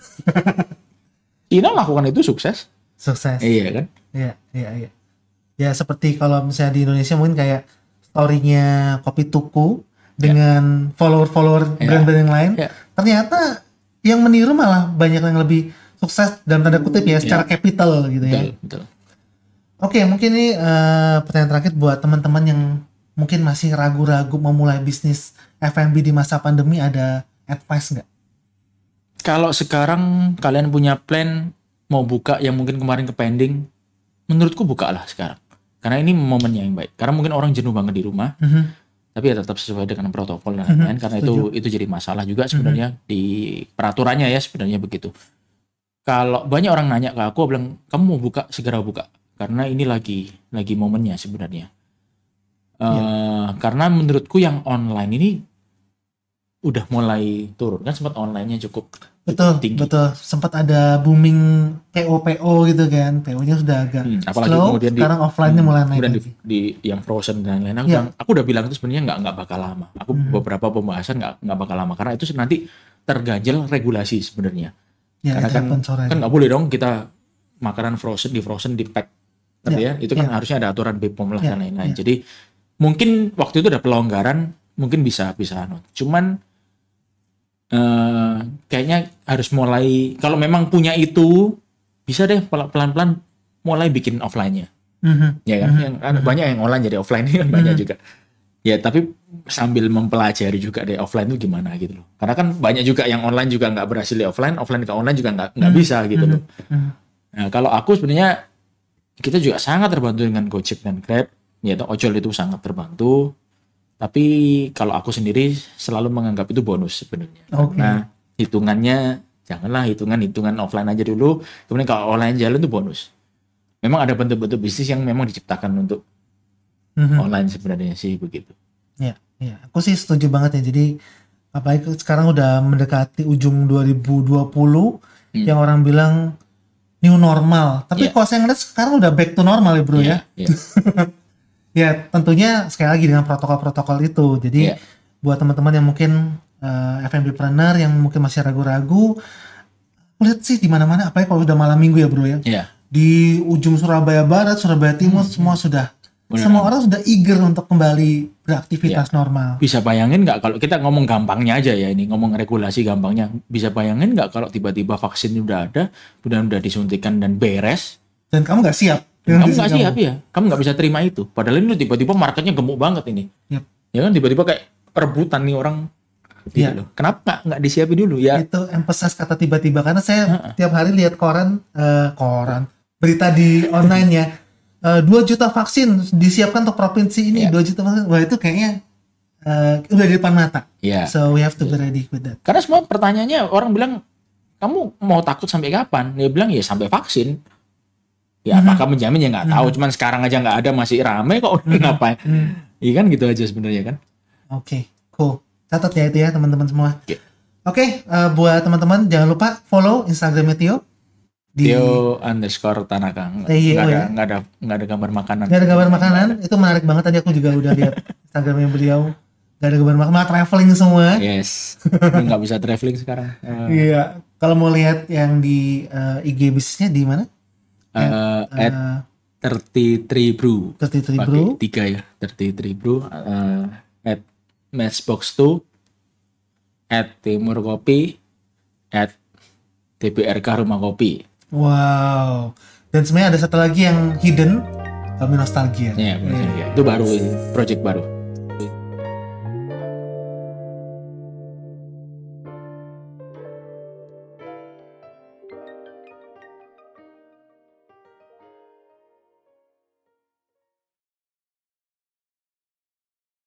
Cina lakukan itu sukses. Sukses. Iya kan? Iya. Ya seperti kalau misalnya di Indonesia mungkin kayak story-nya Kopi Tuku dengan follower-follower brand-brand yang lain. Ternyata yang meniru malah banyak yang lebih sukses dalam tanda kutip ya secara capital gitu ya. Betul. Oke, mungkin ini pertanyaan terakhir buat teman-teman yang mungkin masih ragu-ragu mau mulai bisnis F&B di masa pandemi, ada advice nggak? Kalau sekarang kalian punya plan mau buka yang mungkin kemarin ke pending, menurutku bukalah sekarang. Karena ini momennya yang baik. Karena mungkin orang jenuh banget di rumah, tapi ya tetap sesuai dengan protokol dan lain-lain. Karena itu jadi masalah juga sebenarnya di peraturannya ya sebenarnya begitu. Kalau banyak orang nanya ke aku bilang kamu mau buka segera buka karena ini lagi momennya sebenarnya. Karena menurutku yang online ini udah mulai turun kan, sempat online-nya cukup tinggi. Betul. Sempat ada booming PO gitu kan. PO-nya sudah agak apalagi slow, kemudian sekarang offline-nya mulai naik. Kemudian di yang frozen dan lain-lain. Aku udah bilang itu sebenarnya nggak bakal lama. Aku beberapa pembahasan nggak bakal lama karena itu nanti terganjel regulasi sebenarnya. Karena kan nggak boleh dong kita makanan di frozen di pack. Itu kan harusnya ada aturan BPOM lah dan lain-lain. Jadi mungkin waktu itu ada pelonggaran, mungkin bisa cuman kayaknya harus mulai, kalau memang punya itu bisa deh pelan-pelan mulai bikin offline-nya. Ya kan? Banyak yang online jadi offline kan banyak juga. Ya tapi sambil mempelajari juga deh offline itu gimana gitu loh. Karena kan banyak juga yang online juga nggak berhasil di offline ke online juga nggak bisa gitu loh. Nah kalau aku sebenarnya kita juga sangat terbantu dengan Gojek dan Grab. Ya ojol itu sangat terbantu. Tapi kalau aku sendiri selalu menganggap itu bonus sebenarnya. Oke. Nah, hitungannya janganlah hitungan offline aja dulu. Kemudian kalau online jalan itu bonus. Memang ada bentuk-bentuk bisnis yang memang diciptakan untuk online sebenarnya sih begitu. Ya, ya, aku sih setuju banget ya. Jadi apalagi sekarang udah mendekati ujung 2020 yang orang bilang new normal. Tapi kalau saya ngeliat sekarang udah back to normal ya bro ya. Iya. Ya tentunya sekali lagi dengan protokol-protokol itu. Jadi buat teman-teman yang mungkin F&B planner yang mungkin masih ragu-ragu, lihat sih di mana-mana. Apalagi kalau udah malam minggu ya bro ya. Iya. Di ujung Surabaya Barat, Surabaya Timur semua sudah. Semua orang sudah eager untuk kembali beraktivitas normal. Bisa bayangin nggak kalau kita ngomong gampangnya aja ya, ini ngomong regulasi gampangnya. Bisa bayangin nggak kalau tiba-tiba vaksin udah ada, udah disuntikan dan beres, Dan kamu nggak siap. dan kamu nggak siap ya, kamu nggak bisa terima itu. Padahal ini tiba-tiba marketnya gemuk banget ini. Yep. Ya kan tiba-tiba kayak perebutan nih orang. Gitu loh. Kenapa nggak disiapin dulu ya? Itu emphasize kata tiba-tiba karena saya tiap hari lihat koran berita di online ya. 2 juta vaksin disiapkan untuk provinsi ini, 2 juta vaksin. Wah itu kayaknya udah di depan mata. So we have to be ready with that. Karena semua pertanyaannya orang bilang, kamu mau takut sampai kapan? Dia bilang ya sampai vaksin. Ya apakah menjamin ya nggak tahu. Cuman sekarang aja nggak ada, masih rame kok udah ngapain? Iya kan gitu aja sebenarnya kan. Oke, cool. Catat ya itu ya teman-teman semua. Oke, buat teman-teman jangan lupa follow Instagramnya Tio. Tio_Tanaka. Nggak ada gambar makanan. Nggak ada gambar makanan. Itu menarik banget, tadi aku juga udah lihat Instagramnya beliau. Nggak ada gambar makanan, malah traveling semua. Yes. Nggak bisa traveling sekarang. Iya. Kalau mau lihat yang di IG bisnisnya di mana? At 33 Brew. 33 Brew. Pakai 3 ya. 33 Brew. At Matchbox 2. At Timur Kopi. At TBRK Rumah Kopi. Wow. Dan sebenarnya ada satu lagi yang hidden, Kami Nostalgia. Ya, itu baru, project baru.